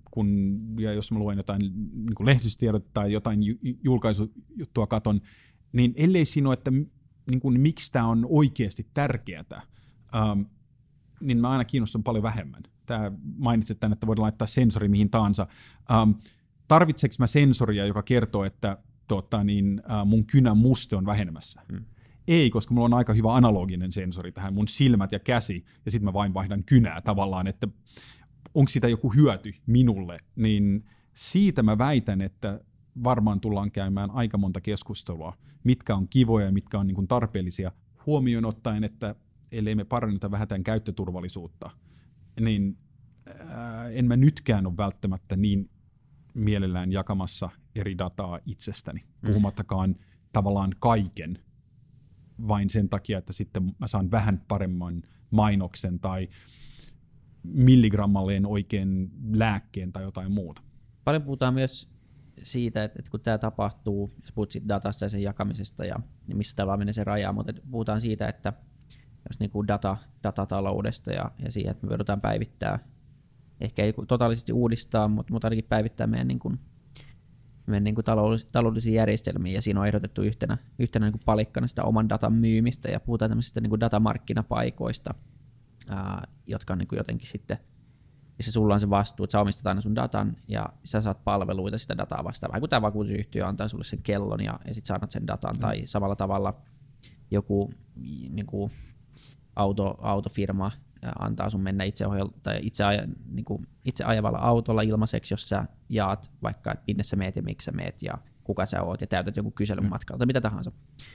kun, ja jos mä luen jotain niin kuin lehdistötiedot tai jotain julkaisujuttua katon, niin ellei siinä ole, että niin kuin, miksi tämä on oikeasti tärkeää, ähm, niin mä aina kiinnostun paljon vähemmän. Tää mainitsit tämän, että voidaan laittaa sensori mihin tahansa. Ähm, tarvitseeko mä sensoria, joka kertoo, että tota, niin, äh, mun kynän muste on vähenemässä? Hmm. Ei, koska mulla on aika hyvä analoginen sensori tähän, mun silmät ja käsi, ja sitten mä vain vaihdan kynää tavallaan, että onko sitä joku hyöty minulle, niin siitä mä väitän, että varmaan tullaan käymään aika monta keskustelua, mitkä on kivoja ja mitkä on niin kuin tarpeellisia, huomioon ottaen, että ellei me paranneta vähän tämän käyttöturvallisuutta, niin ää, en mä nytkään ole välttämättä niin mielellään jakamassa eri dataa itsestäni, puhumattakaan mm. tavallaan kaiken, vain sen takia, että sitten mä saan vähän paremman mainoksen tai milligrammalleen oikein lääkkeen tai jotain muuta. Paljon puhutaan myös siitä, että, että kun tämä tapahtuu, jos puhut siitä datasta ja sen jakamisesta ja, ja missä tavallaan menee se raja, mutta puhutaan siitä, että jos niin kuin data, datataloudesta ja, ja siihen, että me voidaan päivittää, ehkä ei totaalisesti uudistaa, mutta, mutta ainakin päivittää meidän, niin kuin, meidän niin kuin taloudellisia järjestelmiä, ja siinä on ehdotettu yhtenä, yhtenä niin kuin palikkana sitä oman datan myymistä, ja puhutaan tämmöisistä niin kuin datamarkkinapaikoista, ää, jotka on niin kuin jotenkin sitten, jos sulla on se vastuu, että sä omistat aina sun datan, ja sä saat palveluita sitä dataa vastaan, vähän kuin tämä vakuutusyhtiö antaa sulle sen kellon, ja, ja sit sä annat sen datan, mm. tai samalla tavalla joku niin kuin auto, autofirma antaa sun mennä itse, ohjel- tai itse, aja, niin kuin itse ajavalla autolla ilmaiseksi, jos sä jaat vaikka, että minne sä meet ja miksi sä meet ja kuka sä oot ja täytät jonkun kyselyn mm. matkalla tai mitä tahansa.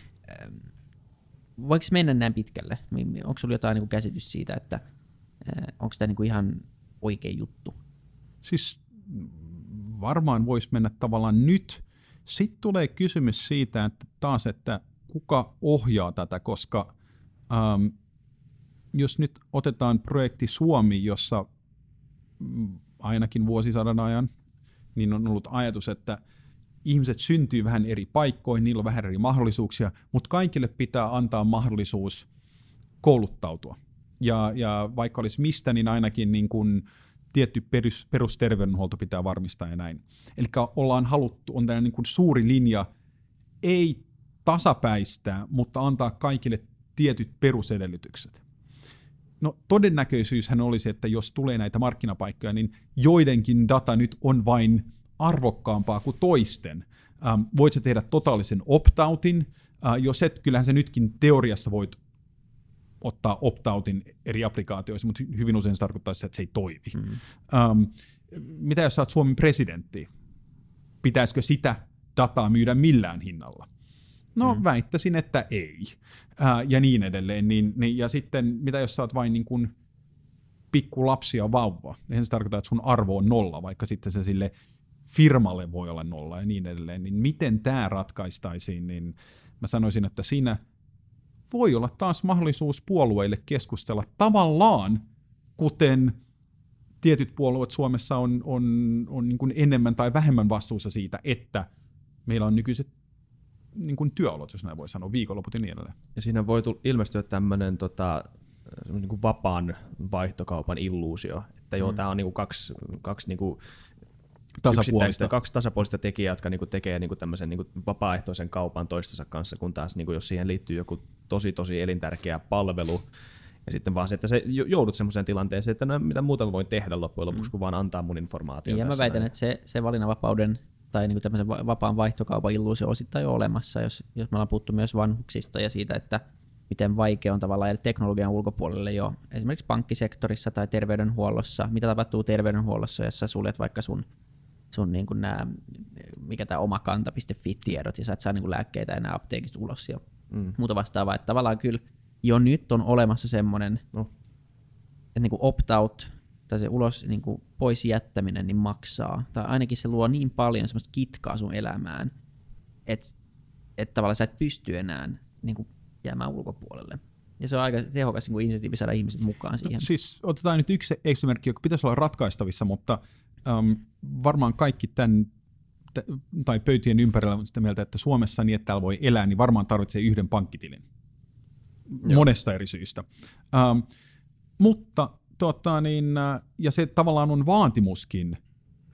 Voiko mennä näin pitkälle? Onko sulla jotain niin kuin käsitys siitä, että onko tämä niin kuin ihan oikea juttu? Siis varmaan voisi mennä tavallaan nyt. Sitten tulee kysymys siitä, että taas, että kuka ohjaa tätä, koska ähm, jos nyt otetaan projekti Suomi, jossa ainakin vuosisadan ajan, niin on ollut ajatus, että ihmiset syntyy vähän eri paikkoihin, niillä on vähän eri mahdollisuuksia, mutta kaikille pitää antaa mahdollisuus kouluttautua. Ja, ja vaikka olisi mistä, niin ainakin niin kuin tietty perus, perusterveydenhuolto pitää varmistaa ja näin. Eli ollaan haluttu, on tällainen niin kuin suuri linja, ei tasapäistää, mutta antaa kaikille tietyt perusedellytykset. No todennäköisyyshän olisi, että jos tulee näitä markkinapaikkoja, niin joidenkin data nyt on vain arvokkaampaa kuin toisten. Ähm, voit sä tehdä totaalisen opt-outin, äh, jos et, kyllähän sä nytkin teoriassa voit ottaa opt-outin eri applikaatioissa, mutta hyvin usein se tarkoittaa sitä, että se ei toimi. Mm. Ähm, mitä jos sä oot Suomen presidentti? Pitäisikö sitä dataa myydä millään hinnalla? No mm. väittäisin, että ei. Ää, ja niin edelleen. Niin, niin, ja sitten mitä jos sä oot vain niin kuin pikku lapsi ja vauva? Eihän se tarkoita, että sun arvo on nolla, vaikka sitten se sille firmalle voi olla nolla ja niin edelleen. Niin miten tämä ratkaistaisiin? Niin mä sanoisin, että siinä voi olla taas mahdollisuus puolueille keskustella tavallaan, kuten tietyt puolueet Suomessa on, on, on niin kuin enemmän tai vähemmän vastuussa siitä, että meillä on nykyiset niin kuin työolot, jos näin voi sanoa, viikonloput ja niin edelleen. Ja siinä voi tull, ilmestyä tämmöinen tota, niin kuin vapaan vaihtokaupan illuusio, että joo, mm. tämä on niin kuin kaksi, kaksi niin kuin tasapuolista. kaksi tasapuolista tekijää, jotka niin kuin tekee niin kuin tämmöisen niin kuin vapaaehtoisen kaupan toistensa kanssa, kun taas niin kuin jos siihen liittyy joku tosi tosi elintärkeä palvelu, ja sitten vaan se, että se joudut semmoiseen tilanteeseen, että no, mitä muuta voin tehdä loppujen lopuksi, mm. kun vaan antaa mun informaatiota. Ja mä väitän, näin. että se, se valinnanvapauden tai niin kuin tämmöisen vapaan vaihtokaupan illuusio osittain jo olemassa, jos, jos me ollaan puhuttu myös vanhuksista ja siitä, että miten vaikea on tavallaan jäädä teknologian ulkopuolelle jo esimerkiksi pankkisektorissa tai terveydenhuollossa. Mitä tapahtuu terveydenhuollossa, jos sä suljet vaikka sun, sun niin kuin nämä, mikä tämä omakanta piste fi-tiedot ja sä et saa niin kuin lääkkeitä enää apteekista ulos ja mm. muuta vastaavaa. Että tavallaan kyllä jo nyt on olemassa semmoinen, no. että niin kuin opt-out tai se ulos niin kuin pois jättäminen niin maksaa. Tai ainakin se luo niin paljon semmoista kitkaa sun elämään, että, että tavallaan sä et pysty enää niin kuin jäämään ulkopuolelle. Ja se on aika tehokas niin insentiivi saada ihmiset mukaan siihen. No, siis otetaan nyt yksi esimerkki, joka pitäisi olla ratkaistavissa, mutta um, varmaan kaikki tämän t- tai pöytien ympärillä on sitä mieltä, että Suomessa niin, että täällä voi elää, niin varmaan tarvitsee yhden pankkitilin. Joo. Monesta eri syystä. Um, mutta Tota, niin, ja se tavallaan on vaatimuskin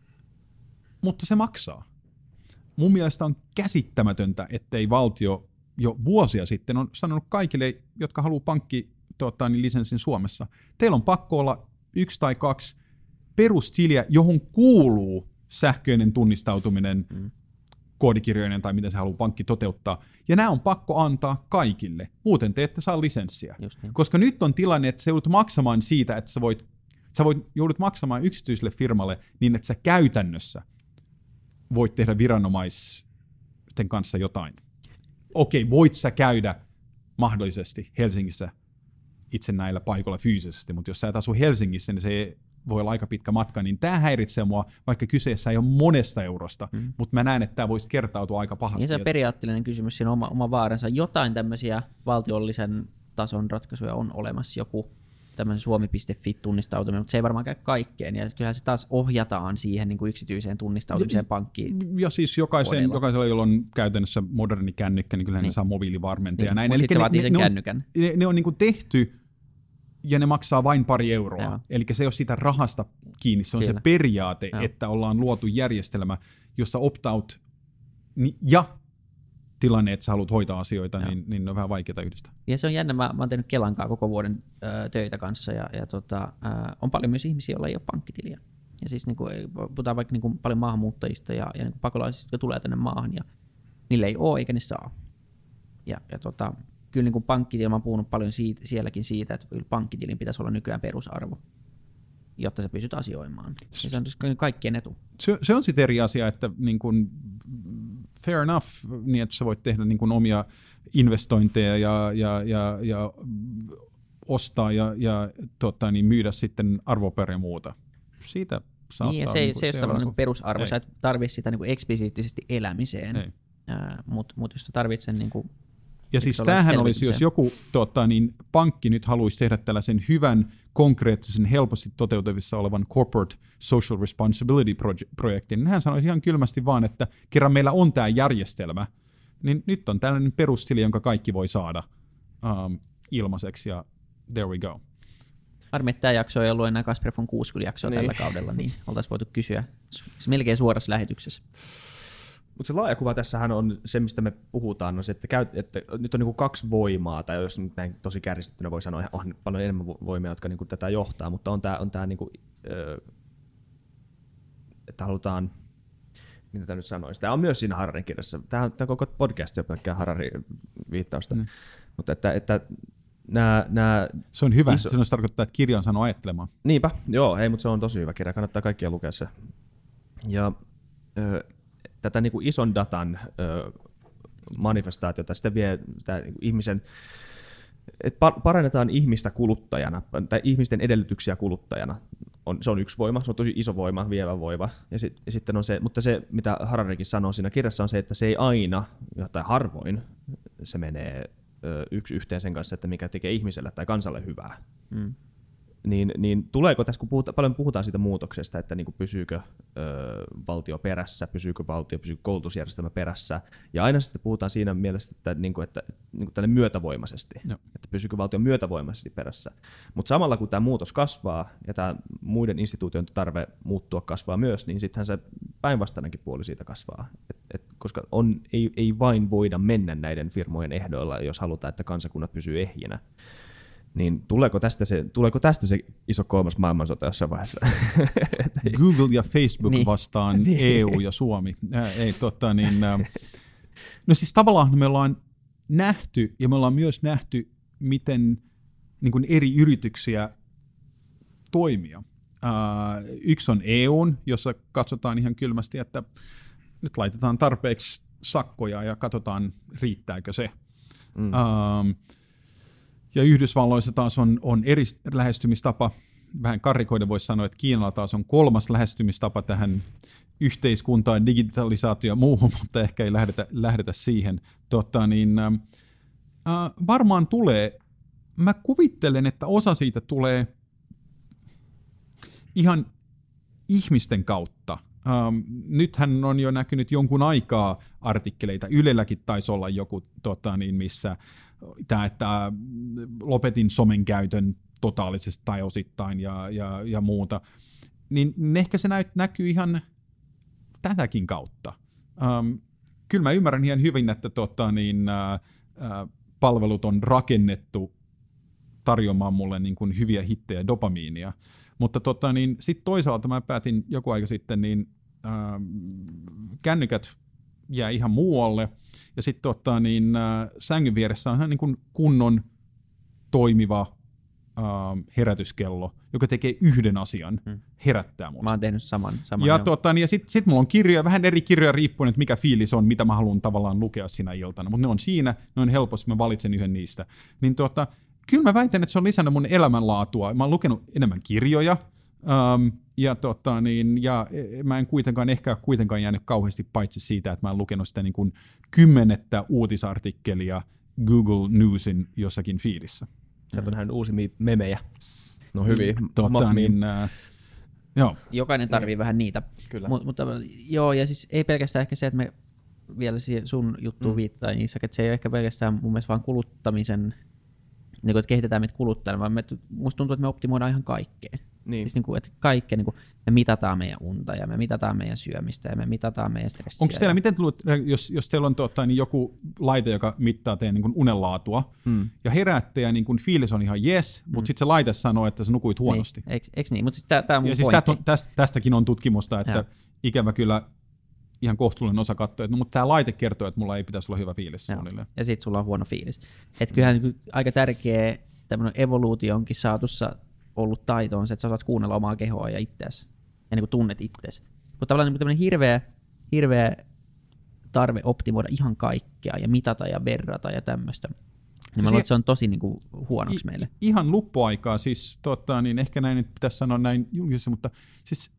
mutta se maksaa. Mun mielestä on käsittämätöntä, ettei valtio jo vuosia sitten on sanonut kaikille, jotka haluaa pankki tuottaa, niin lisenssin Suomessa. Teillä on pakko olla yksi tai kaksi perustiliä, johon kuuluu sähköinen tunnistautuminen, mm. koodikirjoinen tai miten se haluaa pankki toteuttaa. Ja nämä on pakko antaa kaikille. Muuten te ette saa lisenssiä. Niin. Koska nyt on tilanne, että sä joudut maksamaan siitä, että sä voit, sä voit, joudut maksamaan yksityiselle firmalle niin, että sä käytännössä voit tehdä viranomaisten kanssa jotain. Okei, voit sä käydä mahdollisesti Helsingissä itse näillä paikoilla fyysisesti, mutta jos sä et asu Helsingissä, niin se voi olla aika pitkä matka, niin tämä häiritsee mua, vaikka kyseessä ei ole monesta eurosta, mm. mutta mä näen, että tämä voisi kertautua aika pahasti. Ja se on periaatteellinen kysymys, siinä on oma, oma vaaransa. Jotain tämmöisiä valtiollisen tason ratkaisuja on olemassa, joku tämmöinen suomi piste fi-tunnistautuminen, mutta se ei varmaan käy kaikkeen, ja kyllähän se taas ohjataan siihen niin kuin yksityiseen tunnistautumiseen pankkiin. Ja siis jokaisen, jokaisella, jolla on käytännössä moderni kännykkä, niin kyllähän niin. ne saa mobiilivarmenteja. Niin. Mutta sitten se vaatii sen ne, kännykän. Ne, ne on niin kuin tehty, ja ne maksaa vain pari euroa. Joo. Eli se ei ole siitä rahasta kiinni, se on Kyllä. se periaate, Joo. että ollaan luotu järjestelmä, jossa opt-out ja tilanne, että sä haluat hoitaa asioita, niin, niin on vähän vaikeaa yhdistää. Ja se on jännä, mä, mä oon tehnyt Kelankaa koko vuoden ö, töitä kanssa, ja, ja tota, ö, on paljon myös ihmisiä, joilla ei ole pankkitiliä. Ja siis niin kuin, puhutaan vaikka niin kuin paljon maahanmuuttajista ja, ja niin kuin pakolaisista, jotka tulee tänne maahan, ja niille ei ole eikä ne saa. Ja, ja tota, kyllä niin kuin pankkitili, mä oon puhunut paljon siitä, sielläkin siitä, että pankkitilin pitäisi olla nykyään perusarvo, jotta sä pysyt asioimaan. Ja se on kaikkien etu. Se, se on sitten eri asia, että niin kun, fair enough, niin että sä voit tehdä niin kun omia investointeja ja, ja, ja, ja ostaa ja, ja tota, niin myydä sitten arvopaperia ja muuta. Siitä saattaa... Niin, ja se, niin se, se, se on niin perusarvo, ei. Sä et tarvitse sitä niin eksplisiittisesti elämiseen, äh, mutta mut jos sä tarvitset sen... Niin kuin, ja siis tämähän olisi, jos joku tota, niin pankki nyt haluaisi tehdä tällaisen hyvän, konkreettisen, helposti toteutuvissa olevan corporate social responsibility-projektin, niin hän sanoisi ihan kylmästi vaan, että kerran meillä on tämä järjestelmä, niin nyt on tällainen perustili, jonka kaikki voi saada um, ilmaiseksi, ja there we go. Harmi, että tämä jakso ei ollut enää Kasper von Kuuskylä jaksoa niin. tällä kaudella, niin oltaisiin voitu kysyä melkein suorassa lähetyksessä. Mutta se laaja kuva tässähän on se, mistä me puhutaan, on se, että, käyt, että nyt on niinku kaksi voimaa, tai jos nyt näin tosi kärjistettynä voi sanoa, on paljon enemmän voimia, jotka niinku tätä johtaa, mutta on tämä, on tää niinku, että halutaan, mitä tämä nyt sanoisi, tämä on myös siinä Hararin kirjassa, tämä on, tämä koko podcast on pelkkää Hararin viittausta, mm. mutta että, että nää, nää se on hyvä, iso... se tarkoittaa, että kirja on saanut ajattelemaan. Niinpä, joo, ei, mutta se on tosi hyvä kirja, kannattaa kaikkia lukea se. Ja ö, tätä niin kuin ison datan ö, manifestaatiota, sitten vie sitä niin kuin ihmisen, että parannetaan ihmistä kuluttajana, tai ihmisten edellytyksiä kuluttajana. On, se on yksi voima, se on tosi iso voima, vievä voima. Ja, sit, ja sitten on se, mutta se, mitä Hararikin sanoo siinä kirjassa, on se, että se ei aina, tai harvoin, se menee ö, yksi yhteen sen kanssa, että mikä tekee ihmiselle tai kansalle hyvää. Mm. Niin, niin tuleeko tässä, kun puhuta, paljon puhutaan siitä muutoksesta, että niin kuin pysyykö ö, valtio perässä, pysyykö valtio, pysyykö koulutusjärjestelmä perässä, ja aina sitten puhutaan siinä mielessä, että, niin kuin, että niin kuin tälle myötävoimaisesti, no. että pysyykö valtio myötävoimaisesti perässä. Mutta samalla kun tämä muutos kasvaa, ja tämä muiden instituutioiden tarve muuttua kasvaa myös, niin sittenhän se päinvastainenkin puoli siitä kasvaa. Et, et, koska on, ei, ei vain voida mennä näiden firmojen ehdoilla, jos halutaan, että kansakunnat pysyy ehjinä. Niin tuleeko tästä se, tuleeko tästä se iso kolmas maailmansota jossain vaiheessa? Google ja Facebook niin. vastaan E U ja Suomi. Äh, ei, totta, niin, äh, no siis tavallaan me ollaan nähty, ja me ollaan myös nähty, miten niin kuin eri yrityksiä toimia. Äh, yksi on E U:n, jossa katsotaan ihan kylmästi, että nyt laitetaan tarpeeksi sakkoja ja katsotaan, riittääkö se. Mm. Äh, Ja Yhdysvalloissa taas on, on eri lähestymistapa. Vähän karrikoiden voisi sanoa, että Kiinalla taas on kolmas lähestymistapa tähän yhteiskuntaan, digitalisaatio ja muuhun, mutta ehkä ei lähdetä, lähdetä siihen. Tota, niin, äh, varmaan tulee, mä kuvittelen, että osa siitä tulee ihan ihmisten kautta. Ähm, nythän on jo näkynyt jonkun aikaa artikkeleita, Ylelläkin taisi olla joku, tota, niin, missä tämä, että lopetin somen käytön totaalisesti tai osittain ja, ja, ja muuta, niin ehkä se näyt, näkyy ihan tätäkin kautta. Um, kyllä mä ymmärrän ihan hyvin, että tota, niin, ä, ä, palvelut on rakennettu tarjoamaan mulle niin kuin hyviä hittejä, dopamiinia, mutta tota, niin, sitten toisaalta mä päätin joku aika sitten, niin ä, kännykät jää ihan muualle, ja sitten tota, niin, ä, sängyn vieressä on ihan niin kuin kunnon toimiva ä, herätyskello, joka tekee yhden asian, hmm. herättää mut. Mä oon tehnyt saman. saman ja tota, niin, ja sitten sit mulla on kirjoja, vähän eri kirjoja riippuen, että mikä fiilis on, mitä mä haluan tavallaan lukea siinä iltana, mutta ne on siinä, ne on helposti, mä valitsen yhden niistä. Niin tota, kyllä mä väitän, että se on lisännyt mun elämänlaatua. Mä oon lukenut enemmän kirjoja, um, ja, tota, niin, ja mä en kuitenkaan ehkä kuitenkaan jäänyt kauheasti paitsi siitä, että mä oon lukenut sitä niin kuin kymmenettä uutisartikkelia Google Newsin jossakin feedissä. Sieltä on nähnyt uusia memejä. No hyviä. Tota, niin, äh, joo. Jokainen tarvii vähän niitä. Kyllä. Mut, mutta joo, ja siis ei pelkästään ehkä se, että me vielä sun juttuun mm. viittaa, niin että se ei ole ehkä pelkästään mun mielestä vaan kuluttamisen, niin kuin, että kehitetään meitä kuluttajana, vaan me, musta tuntuu, että me optimoidaan ihan kaikkea. Niin. Siis niin kuin, että kaikkea, niin kuin, me mitataan meidän unta ja me mitataan meidän syömistä ja me mitataan meidän stressiä. Onko teillä, miten tullut, jos, jos teillä on tuota, niin joku laite, joka mittaa teidän niin kuin unenlaatua, hmm. ja heräätte ja niin kuin fiilis on ihan yes, hmm. mutta sitten se laite sanoo, että sä nukuit huonosti. Eikö, eikö niin? Mutta siis tää, tää on mun ja siis tästä, tästäkin on tutkimusta, että ja. ikävä kyllä ihan kohtuullinen osa katsoo, että no, mutta tämä laite kertoo, että mulla ei pitäisi olla hyvä fiilis. Ja sitten sulla on huono fiilis. Että kyllähän niin aika tärkeä tämmöinen evoluutionkin saatussa ollut taito on se, että sä osaat kuunnella omaa kehoa ja itseäsi, ja niin kuin tunnet itseäsi. Mutta tavallaan niin tämmöinen hirveä, hirveä tarve optimoida ihan kaikkea ja mitata ja verrata ja tämmöistä. Niin mä luulen, että se on tosi niin kuin huonoksi meille. Ihan luppuaikaa, siis tota, niin ehkä näin nyt pitäisi sanoa näin julkisesti, mutta siis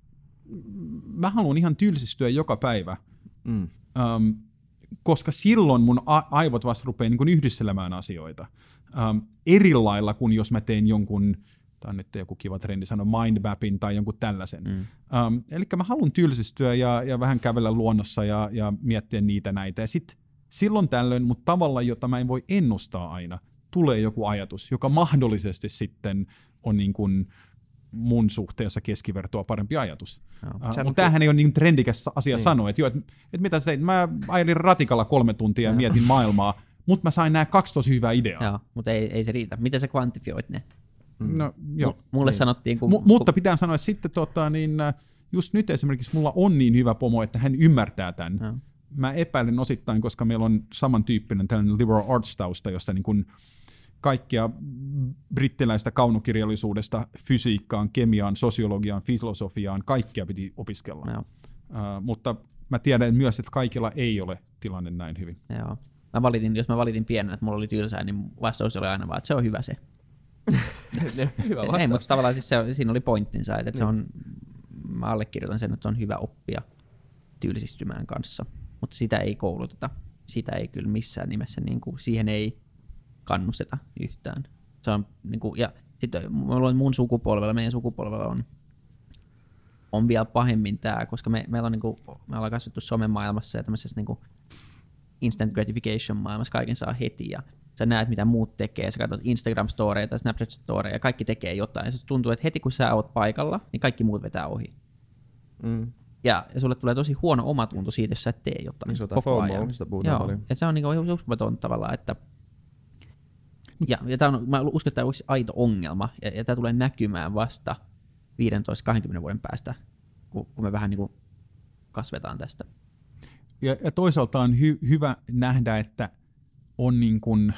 mä haluan ihan tylsistyä joka päivä, mm. um, koska silloin mun a- aivot vasta rupeaa niin kuin yhdistelemään asioita. Um, eri lailla kuin jos mä teen jonkun, tämä on nyt joku kiva trendi sanoa, mindmapin tai jonkun tällaisen. Mm. Um, eli mä haluan tylsistyä ja, ja vähän kävellä luonnossa ja, ja miettiä niitä näitä. Ja sit silloin tällöin, mutta tavalla, jota mä en voi ennustaa aina, tulee joku ajatus, joka mahdollisesti sitten on niin kuin mun suhteessa keskivertoa parempi ajatus. No, uh, mutta tämähän ei ole niin trendikäs asia niin. sanoa, että, jo, että, että mitä sä teit, mä ajelin ratikalla kolme tuntia ja mietin maailmaa, mutta mä sain nämä kaksi tosi hyvää ideaa. Joo, mutta ei, ei se riitä. Miten sä kvantifioit ne? No, joo. M- mulle niin. sanottiin... Kun, M- mutta pitää sanoa, että sitten tota, niin, just nyt esimerkiksi mulla on niin hyvä pomo, että hän ymmärtää tämän. No. Mä epäilen osittain, koska meillä on samantyyppinen tällainen liberal arts-tausta, josta niin kuin kaikkia brittiläistä kaunokirjallisuudesta, fysiikkaan, kemiaan, sosiologiaan, filosofiaan, kaikkia piti opiskella. No. Uh, mutta mä tiedän myös, että kaikilla ei ole tilanne näin hyvin. Joo. Mä valitin, jos mä valitin pienen, että mulla oli tylsää, niin vastaus oli aina vaan, että se on hyvä se. Hyvä vastaus. Ei, mutta tavallaan siis se, siinä oli pointtinsa, että se on, mä allekirjoitan sen, että se on hyvä oppia tylsistymään kanssa, mutta sitä ei kouluteta. Sitä ei kyllä missään nimessä, niin kuin, siihen ei kannusteta yhtään. Se on, niin kuin, ja sitten mä luulen, mun sukupolvella, meidän sukupolvella on, on vielä pahemmin tämä, koska me, meillä on, niin kuin, me ollaan kasvettu somemaailmassa ja tämmöisessä niin kuin instant gratification maailmassa, kaiken saa heti ja sä näet, mitä muut tekee, sä katsot Instagram-storeja tai Snapchat-storeja ja kaikki tekee jotain. Ja se tuntuu, että heti kun sä oot paikalla, niin kaikki muut vetää ohi. Mm. Ja, ja sulle tulee tosi huono omatunto siitä, jos sä et tee jotain niin koko FOMO, ajan. Sitä puhutaan Joo, paljon. ja se on niinku uskomaton tavallaan, että ja, ja tää on, mä uskon, että tämä on yksi aito ongelma, ja, ja tämä tulee näkymään vasta viisitoista kaksikymmentä vuoden päästä, kun, kun me vähän niinku kasvetaan tästä. Ja, ja toisaalta on hy- hyvä nähdä, että on niin kuin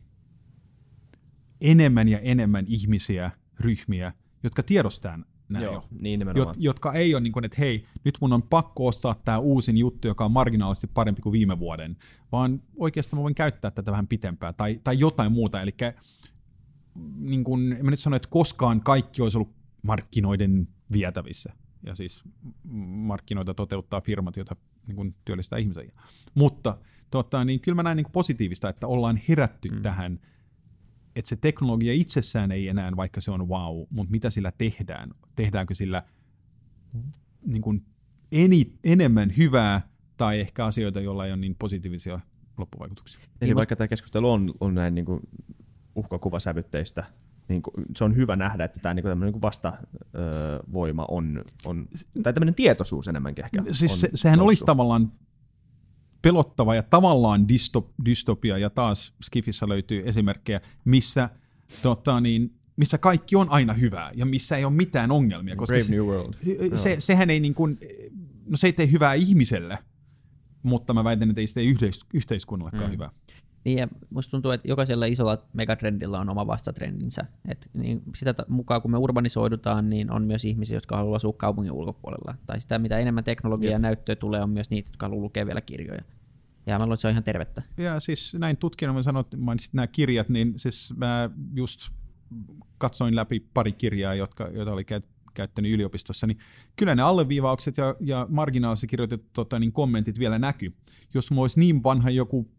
enemmän ja enemmän ihmisiä, ryhmiä, jotka tiedostaa näin Joo, jo. Niin Jot, jotka ei ole niin kuin, että hei, nyt mun on pakko ostaa tämä uusin juttu, joka on marginaalisesti parempi kuin viime vuoden, vaan oikeastaan mä voin käyttää tätä vähän pitempään tai, tai jotain muuta. Eli niin kuin, en mä nyt sano, että koskaan kaikki olisi ollut markkinoiden vietävissä. Ja siis markkinoita toteuttaa firmat, joita niin kuin työllistää ihmisiä. Mutta tota, niin kyllä mä näen niin kuin positiivista, että ollaan herätty mm. tähän, että se teknologia itsessään ei enää, vaikka se on wow, mutta mitä sillä tehdään? Tehdäänkö sillä niin kuin eni, enemmän hyvää tai ehkä asioita, joilla ei ole niin positiivisia loppuvaikutuksia? Eli vaikka tämä keskustelu on, on näin niin kuin uhkakuvasävytteistä, niin kuin, se on hyvä nähdä, että tämä niin kuin, niin kuin vastavoima on, on, tai tämmöinen tietoisuus enemmänkin ehkä siis on se, sehän noussut. olisi tavallaan pelottava ja tavallaan dystop, dystopia, ja taas Skifissä löytyy esimerkkejä, missä, tota, niin, missä kaikki on aina hyvää ja missä ei ole mitään ongelmia. Koska Brave se, New World. Se, se, sehän ei niin kuin, no se ei tee hyvää ihmiselle, mutta mä väitän, että ei se tee yhteis, yhteiskunnallekaan mm. hyvää. Niin, ja musta tuntuu, että jokaisella isolla megatrendillä on oma vastatrendinsä. Et niin sitä mukaan, kun me urbanisoidutaan, niin on myös ihmisiä, jotka haluaa asua kaupungin ulkopuolella. Tai sitä, mitä enemmän teknologiaa ja näyttöä tulee, on myös niitä, jotka haluaa lukea vielä kirjoja. Ja mä luulen, että se on ihan tervettä. Ja siis näin tutkijana mä sanoin, että mainitsit nämä kirjat, niin siis mä just katsoin läpi pari kirjaa, jotka, joita oli käyt, käyttänyt yliopistossa, niin kyllä ne alleviivaukset ja, ja marginaalissa kirjoitetut tota, niin kommentit vielä näkyy. Jos mulla olisi niin vanha joku,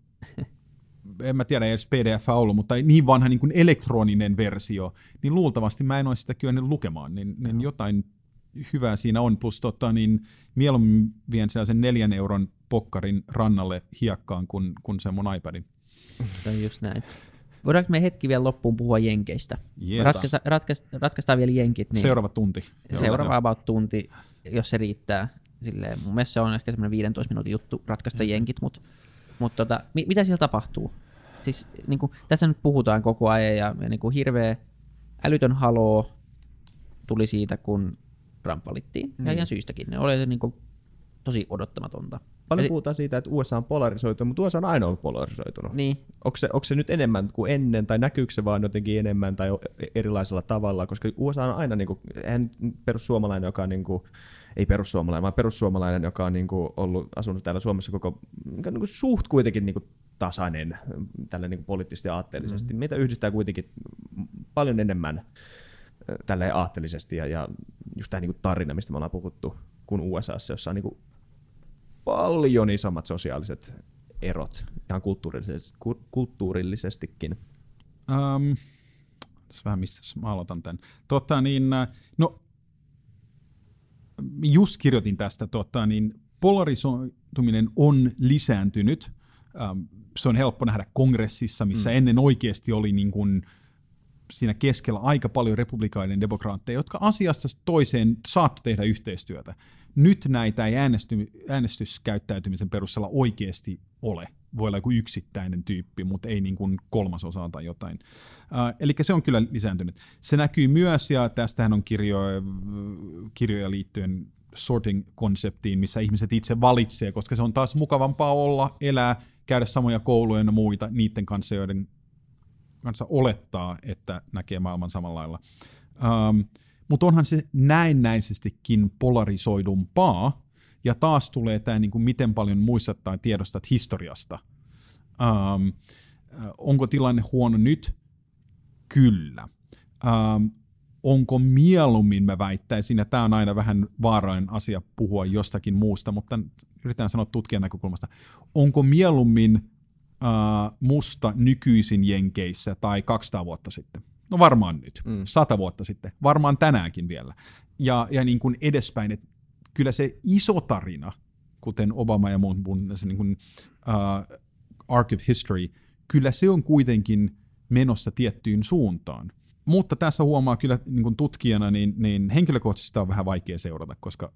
en mä tiedä edes P D F ollut, mutta niin vanha niin kuin elektroninen versio, niin luultavasti mä en olisi sitä kyennyt lukemaan, niin, niin jotain hyvää siinä on, plus tota, niin mieluummin vien sellaisen neljän euron pokkarin rannalle hiekkaan kuin, kuin sen mun iPadin. Se on just näin. Voidaanko me hetki vielä loppuun puhua jenkeistä? Yes. Ratkaista, ratkaista, ratkaistaan vielä jenkit. Niin Seuraava tunti. Seuraava about tunti, jos se riittää. Silleen, mun mielestä se on ehkä semmoinen viidentoista minuutin juttu ratkaista mm. jenkit, mutta mut tota, mi, mitä siellä tapahtuu? Siis, niin kuin, tässä nyt puhutaan koko ajan ja, ja niin kuin hirveä älytön haloo tuli siitä, kun Trump valittiin. Mm. Ja ihan syystäkin. Ne oli niin kuin, tosi odottamatonta. Paljon puhutaan siitä, että U S A on polarisoitunut, mutta U S A on aina ollut polarisoitunut. Niin. Onko se, onko se nyt enemmän kuin ennen, tai näkyykö se vaan jotenkin enemmän tai erilaisella tavalla, koska U S A on aina, niin kuin, eihän perussuomalainen, joka on, niin kuin, ei perussuomalainen, vaan perussuomalainen, joka on niin kuin, ollut asunut täällä Suomessa koko niin kuin, suht kuitenkin niin kuin, tasainen tällä niin kuin, poliittisesti ja aatteellisesti. Mm-hmm. Meitä yhdistää kuitenkin paljon enemmän tälleen aatteellisesti ja, ja just tämä niin kuin, tarina, mistä me ollaan puhuttu, kuin U S A:ssa, jossa on niin kuin, paljon isommat sosiaaliset erot, ihan kulttuurillisesti, kulttuurillisestikin. Um, tässä vähän mistä mä aloitan tämän. Tota, niin, no, just kirjoitin tästä, tota, niin polarisoituminen on lisääntynyt. Um, se on helppo nähdä kongressissa, missä mm. ennen oikeasti oli niin kuin siinä keskellä aika paljon republikaanien demokraatteja, jotka asiasta toiseen saattoi tehdä yhteistyötä. Nyt näitä ei äänesty, äänestyskäyttäytymisen perusteella oikeasti ole. Voi olla joku yksittäinen tyyppi, mutta ei niin kuin kolmasosa tai jotain. Uh, eli se on kyllä lisääntynyt. Se näkyy myös, ja tästähän on kirjoja, kirjoja liittyen sorting-konseptiin, missä ihmiset itse valitsee, koska se on taas mukavampaa olla, elää, käydä samoja kouluja ja muita niiden kanssa, joiden kanssa olettaa, että näkee maailman samalla lailla. Um, Mutta onhan se näennäisestikin polarisoidumpaa, ja taas tulee tämä, niin kuin miten paljon muistat tai tiedostat historiasta. Um, onko tilanne huono nyt? Kyllä. Um, onko mieluummin, mä väittäisin, ja tämä on aina vähän vaarallinen asia puhua jostakin muusta, mutta yritän sanoa tutkijan näkökulmasta, onko mieluummin uh, musta nykyisin Jenkeissä tai kaksisataa vuotta sitten? No varmaan nyt, mm. sata vuotta sitten, varmaan tänäänkin vielä. Ja, ja niin kuin edespäin, että kyllä se iso tarina, kuten Obama ja mun, mun se niin kuin, uh, Arc of History, kyllä se on kuitenkin menossa tiettyyn suuntaan. Mutta tässä huomaa kyllä niin kuin tutkijana, niin, niin henkilökohtaisesti on vähän vaikea seurata, koska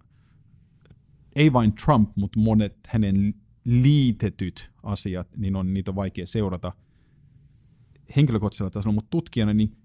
ei vain Trump, mutta monet hänen liitetyt asiat, niin on, niitä on vaikea seurata henkilökohtaisella tasolla, mutta tutkijana niin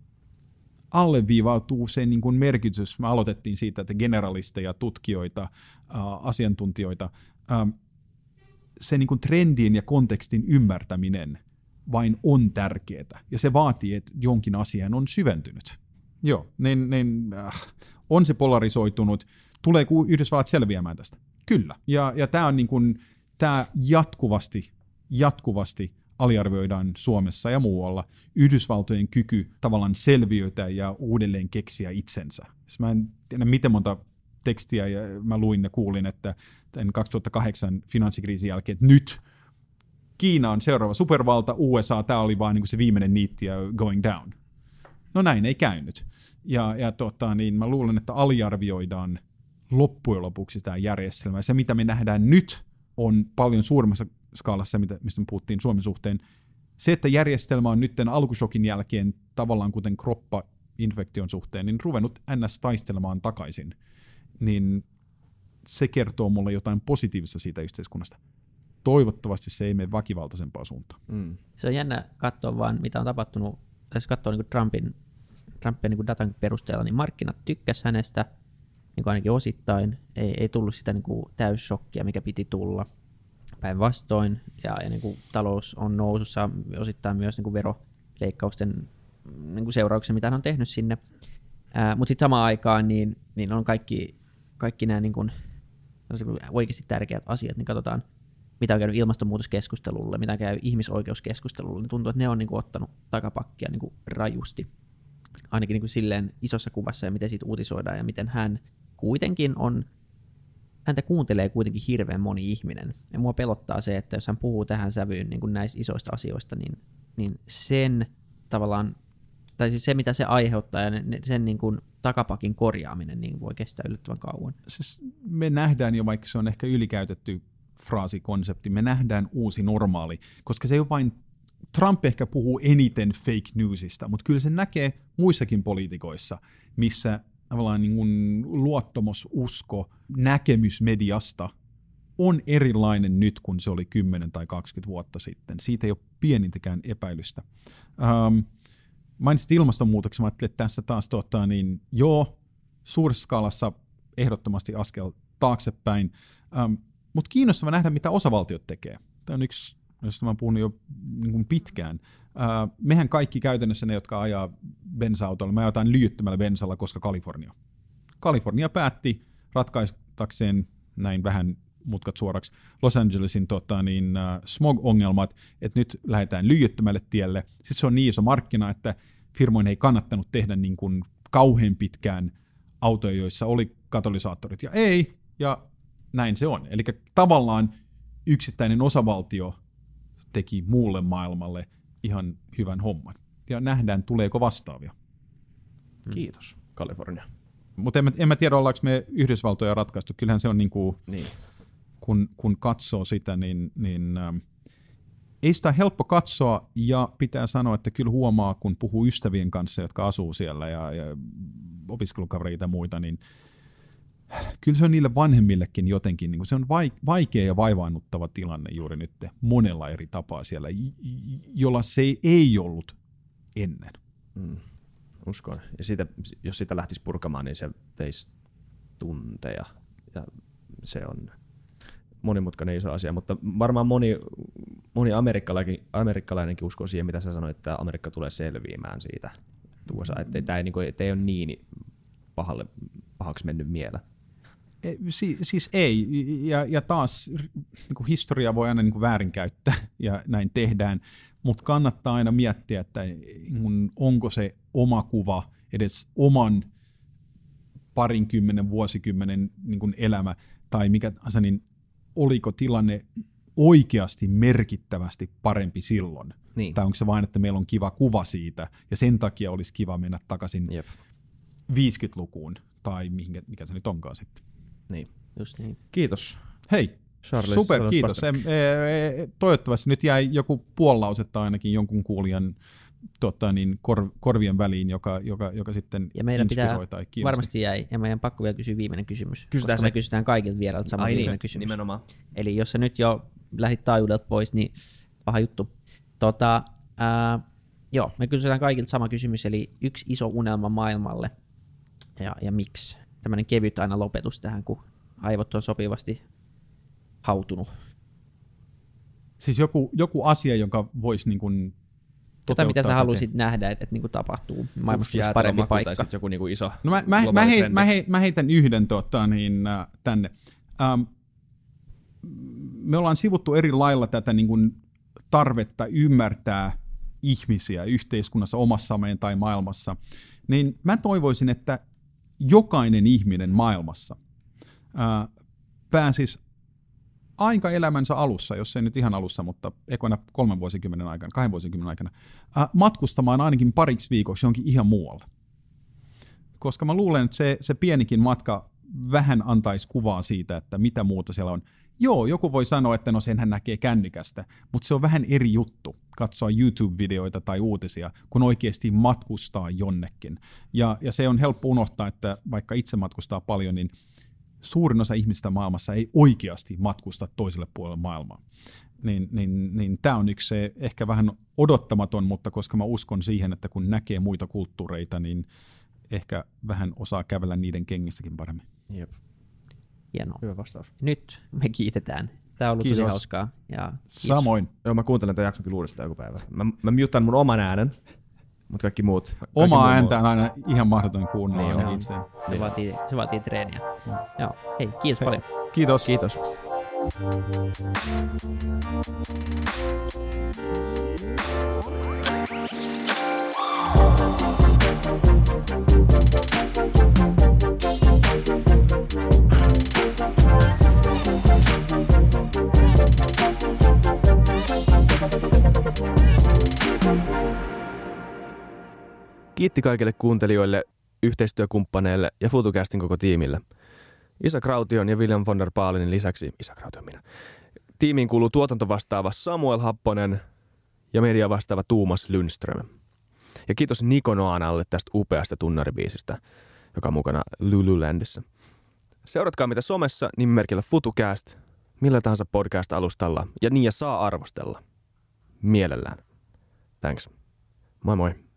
alleviivautuu se niin kuin merkitys. Me aloitettiin siitä, että generalisteja, tutkijoita, ä, asiantuntijoita, ä, se niin kuin trendien ja kontekstin ymmärtäminen vain on tärkeää, ja se vaatii, että jonkin asian on syventynyt. Joo, niin, niin äh, on se polarisoitunut. Tuleeko Yhdysvallat selviämään tästä? Kyllä. Ja, ja tämä on niin kuin, tämä jatkuvasti, jatkuvasti aliarvioidaan Suomessa ja muualla Yhdysvaltojen kyky tavallaan selviytyä ja uudelleen keksiä itsensä. Mä en tiedä, miten monta tekstiä ja mä luin ja kuulin, että kaksituhattakahdeksan finanssikriisin jälkeen, että nyt Kiina on seuraava supervalta, U S A, tämä oli vaan niin kuin se viimeinen niitti ja going down. No näin ei käynyt. Ja, ja tota, niin mä luulen, että aliarvioidaan loppujen lopuksi tämä järjestelmä. Ja se, mitä me nähdään nyt, on paljon suuremmassa skaalassa, mistä me puhuttiin Suomen suhteen, se, että järjestelmä on nyt alkushokin jälkeen tavallaan kuten kroppa-infektion suhteen, niin ruvennut ns. Taistelemaan takaisin, niin se kertoo mulle jotain positiivista siitä yhteiskunnasta. Toivottavasti se ei mene väkivaltaisempaa suuntaan. Mm. Se on jännä katsoa vaan, mitä on tapahtunut. Jos katsoo niin Trumpin, Trumpin niin datan perusteella, niin markkinat tykkäs hänestä niin ainakin osittain. Ei, ei tullut sitä niin täysshokkia, mikä piti tulla päinvastoin. Ja, ja niin kuin talous on nousussa osittain myös niin veroleikkausten niin seurauksia, mitä hän on tehnyt sinne. Mutta sitten samaan aikaan niin, niin on kaikki, kaikki nämä niin kuin, oikeasti tärkeät asiat, niin katsotaan, mitä on käynyt ilmastonmuutoskeskustelulle, mitä käy ihmisoikeuskeskustelulle, niin tuntuu, että ne on niin kuin ottanut takapakkia niin kuin rajusti. Ainakin niin kuin silleen isossa kuvassa ja miten siitä uutisoidaan ja miten hän kuitenkin on, häntä kuuntelee kuitenkin hirveän moni ihminen. Ja mua pelottaa se, että jos hän puhuu tähän sävyyn niin kuin näistä isoista asioista, niin, niin sen tavallaan, tai siis se mitä se aiheuttaa ja sen niin kuin takapakin korjaaminen niin voi kestää yllättävän kauan. Siis me nähdään jo, vaikka se on ehkä ylikäytetty fraasikonsepti, me nähdään uusi normaali, koska se ei ole vain, Trump ehkä puhuu eniten fake newsista, mutta kyllä se näkee muissakin poliitikoissa, missä tavallaan niin kuin luottamus, usko, näkemys mediasta on erilainen nyt, kun se oli kymmenen tai kaksikymmentä vuotta sitten. Siitä ei ole pienintäkään epäilystä. Ähm, mainitsit ilmastonmuutoksen, mä ajattelin, että tässä taas tota, niin joo, suuressa skaalassa ehdottomasti askel taaksepäin, ähm, mutta kiinnostavaa nähdä, mitä osavaltiot tekee. Tämä on yksi, josta mä oon puhunut jo niin kuin pitkään. Äh, mehän kaikki käytännössä ne, jotka ajaa bensa-autolla, me ajetaan lyijyttömällä bensalla, koska Kalifornia. Kalifornia päätti ratkaistakseen näin vähän mutkat suoraksi Los Angelesin tota, niin, äh, smog-ongelmat, että nyt lähdetään lyijyttömälle tielle. Sitten se on niin iso markkina, että firmojen ei kannattanut tehdä niin kuin kauhean pitkään autoja, joissa oli katalysaattorit. Ja ei, ja näin se on. Eli tavallaan yksittäinen osavaltio teki muulle maailmalle ihan hyvän homman. Ja nähdään, tuleeko vastaavia. Kiitos, Kalifornia. Mutta en, en mä tiedä, ollaanko me Yhdysvaltoja ratkaistu. Kyllähän se on niin kuin, niin. kun, kun katsoo sitä, niin, niin ähm, ei sitä helppo katsoa, ja pitää sanoa, että kyllä huomaa, kun puhuu ystävien kanssa, jotka asuu siellä, ja, ja opiskelukavereita ja muita, niin kyllä se on niille vanhemmillekin jotenkin, niin kuin se on vaikea ja vaivaannuttava tilanne juuri nyt monella eri tapaa siellä, jolla se ei ollut ennen. Mm, uskon. Ja siitä, jos sitä lähtisi purkamaan, niin se veisi tunteja. Ja se on monimutkainen iso asia, mutta varmaan moni, moni amerikkalainenkin, amerikkalainenkin uskoo siihen, mitä sä sanoit, että Amerikka tulee selviämään siitä. Tuossa, että tämä ei, niin kuin, ei ole niin pahalle, pahaksi mennyt miellä. Si- siis ei, ja, ja taas niin kuin historia voi aina niin kuin väärinkäyttää, ja näin tehdään, mutta kannattaa aina miettiä, että niin onko se oma kuva edes oman parinkymmenen vuosikymmenen niin kuin elämä, tai mikä niin oliko tilanne oikeasti merkittävästi parempi silloin, niin. Tai onko se vain, että meillä on kiva kuva siitä, ja sen takia olisi kiva mennä takaisin Jep. viisikymmentälukuun, tai mihinkä, mikä se nyt onkaan sitten. Niin. Just niin. Kiitos. Hei, Charles, super, kiitos. E, e, toivottavasti nyt jäi joku puolilausetta ainakin jonkun kuulijan tota, niin, kor, korvien väliin, joka, joka, joka sitten ja meidän inspiroi tai kiinnosti. Varmasti jäi, ja meidän pakko vielä kysyä viimeinen kysymys, kysytään koska se. me kysytään kaikilta vierailta sama viimeinen niin, kysymys. Nimenomaan. Eli jos sä nyt jo lähdit taajuudelta pois, niin paha juttu. Tota, ää, joo, me kysytään kaikilta sama kysymys, eli yksi iso unelma maailmalle, ja, ja miksi? Tämmöinen kevyt aina lopetus tähän, kun aivot on sopivasti hautunut. Siis joku, joku asia, joka voisi niin kuin jotain, mitä sä haluaisit nähdä, että, että niin kuin tapahtuu. Maailmassa olisi parempi paikka. Tai joku niin kuin iso no mä, mä, mä, hei, mä, hei, mä heitän yhden tota, niin, äh, tänne. Ähm, me ollaan sivuttu eri lailla tätä niin kuin tarvetta ymmärtää ihmisiä yhteiskunnassa omassa meidän tai maailmassa. Niin mä toivoisin, että jokainen ihminen maailmassa ää, pääsisi aika elämänsä alussa, jos ei nyt ihan alussa, mutta ekana kolmen vuosikymmenen aikana, kahden vuosikymmenen aikana, ää, matkustamaan ainakin pariksi viikoksi jonkin ihan muualle. Koska mä luulen, että se, se pienikin matka vähän antaisi kuvaa siitä, että mitä muuta siellä on. joo, joku voi sanoa, että no senhän näkee kännykästä, mutta se on vähän eri juttu katsoa YouTube-videoita tai uutisia, kun oikeasti matkustaa jonnekin. Ja, ja se on helppo unohtaa, että vaikka itse matkustaa paljon, niin suurin osa ihmistä maailmassa ei oikeasti matkusta toiselle puolelle maailmaa. Niin, niin, niin tämä on yksi se ehkä vähän odottamaton, mutta koska mä uskon siihen, että kun näkee muita kulttuureita, niin ehkä vähän osaa kävellä niiden kengissäkin paremmin. Jep. Hienoa. Hyvä vastaus. Nyt me kiitetään. Tämä on ollut Kiitos. tosi hauskaa. Ja Samoin. Joo, mä kuuntelen tämän jakson kyllä uudestaan joku päivä. Mä, mä mutan mun oman äänen, mutta kaikki muut. Kaikki Oma muu- ääntä on aina ihan mahdoton kuunnella Niin niin on. itseään. Se vaatii, se vaatii treeniä. Joo. Hei, kiitos paljon. Kiitos. Kiitos. Kiitti kaikille kuuntelijoille, yhteistyökumppaneille ja FutuCastin koko tiimille. Isa Kraution ja William von der Baalinin lisäksi, Isa Kraution minä, tiimiin kuuluu tuotantovastaava Samuel Happonen ja media vastaava Tuumas Lundström. Ja kiitos Niko Noanalle tästä upeasta tunnaribiisistä, joka on mukana Lululandissa. Seuratkaa mitä somessa nimimerkillä FutuCast, millä tahansa podcast-alustalla ja niin ja saa arvostella. Mielellään. Thanks. Moi moi.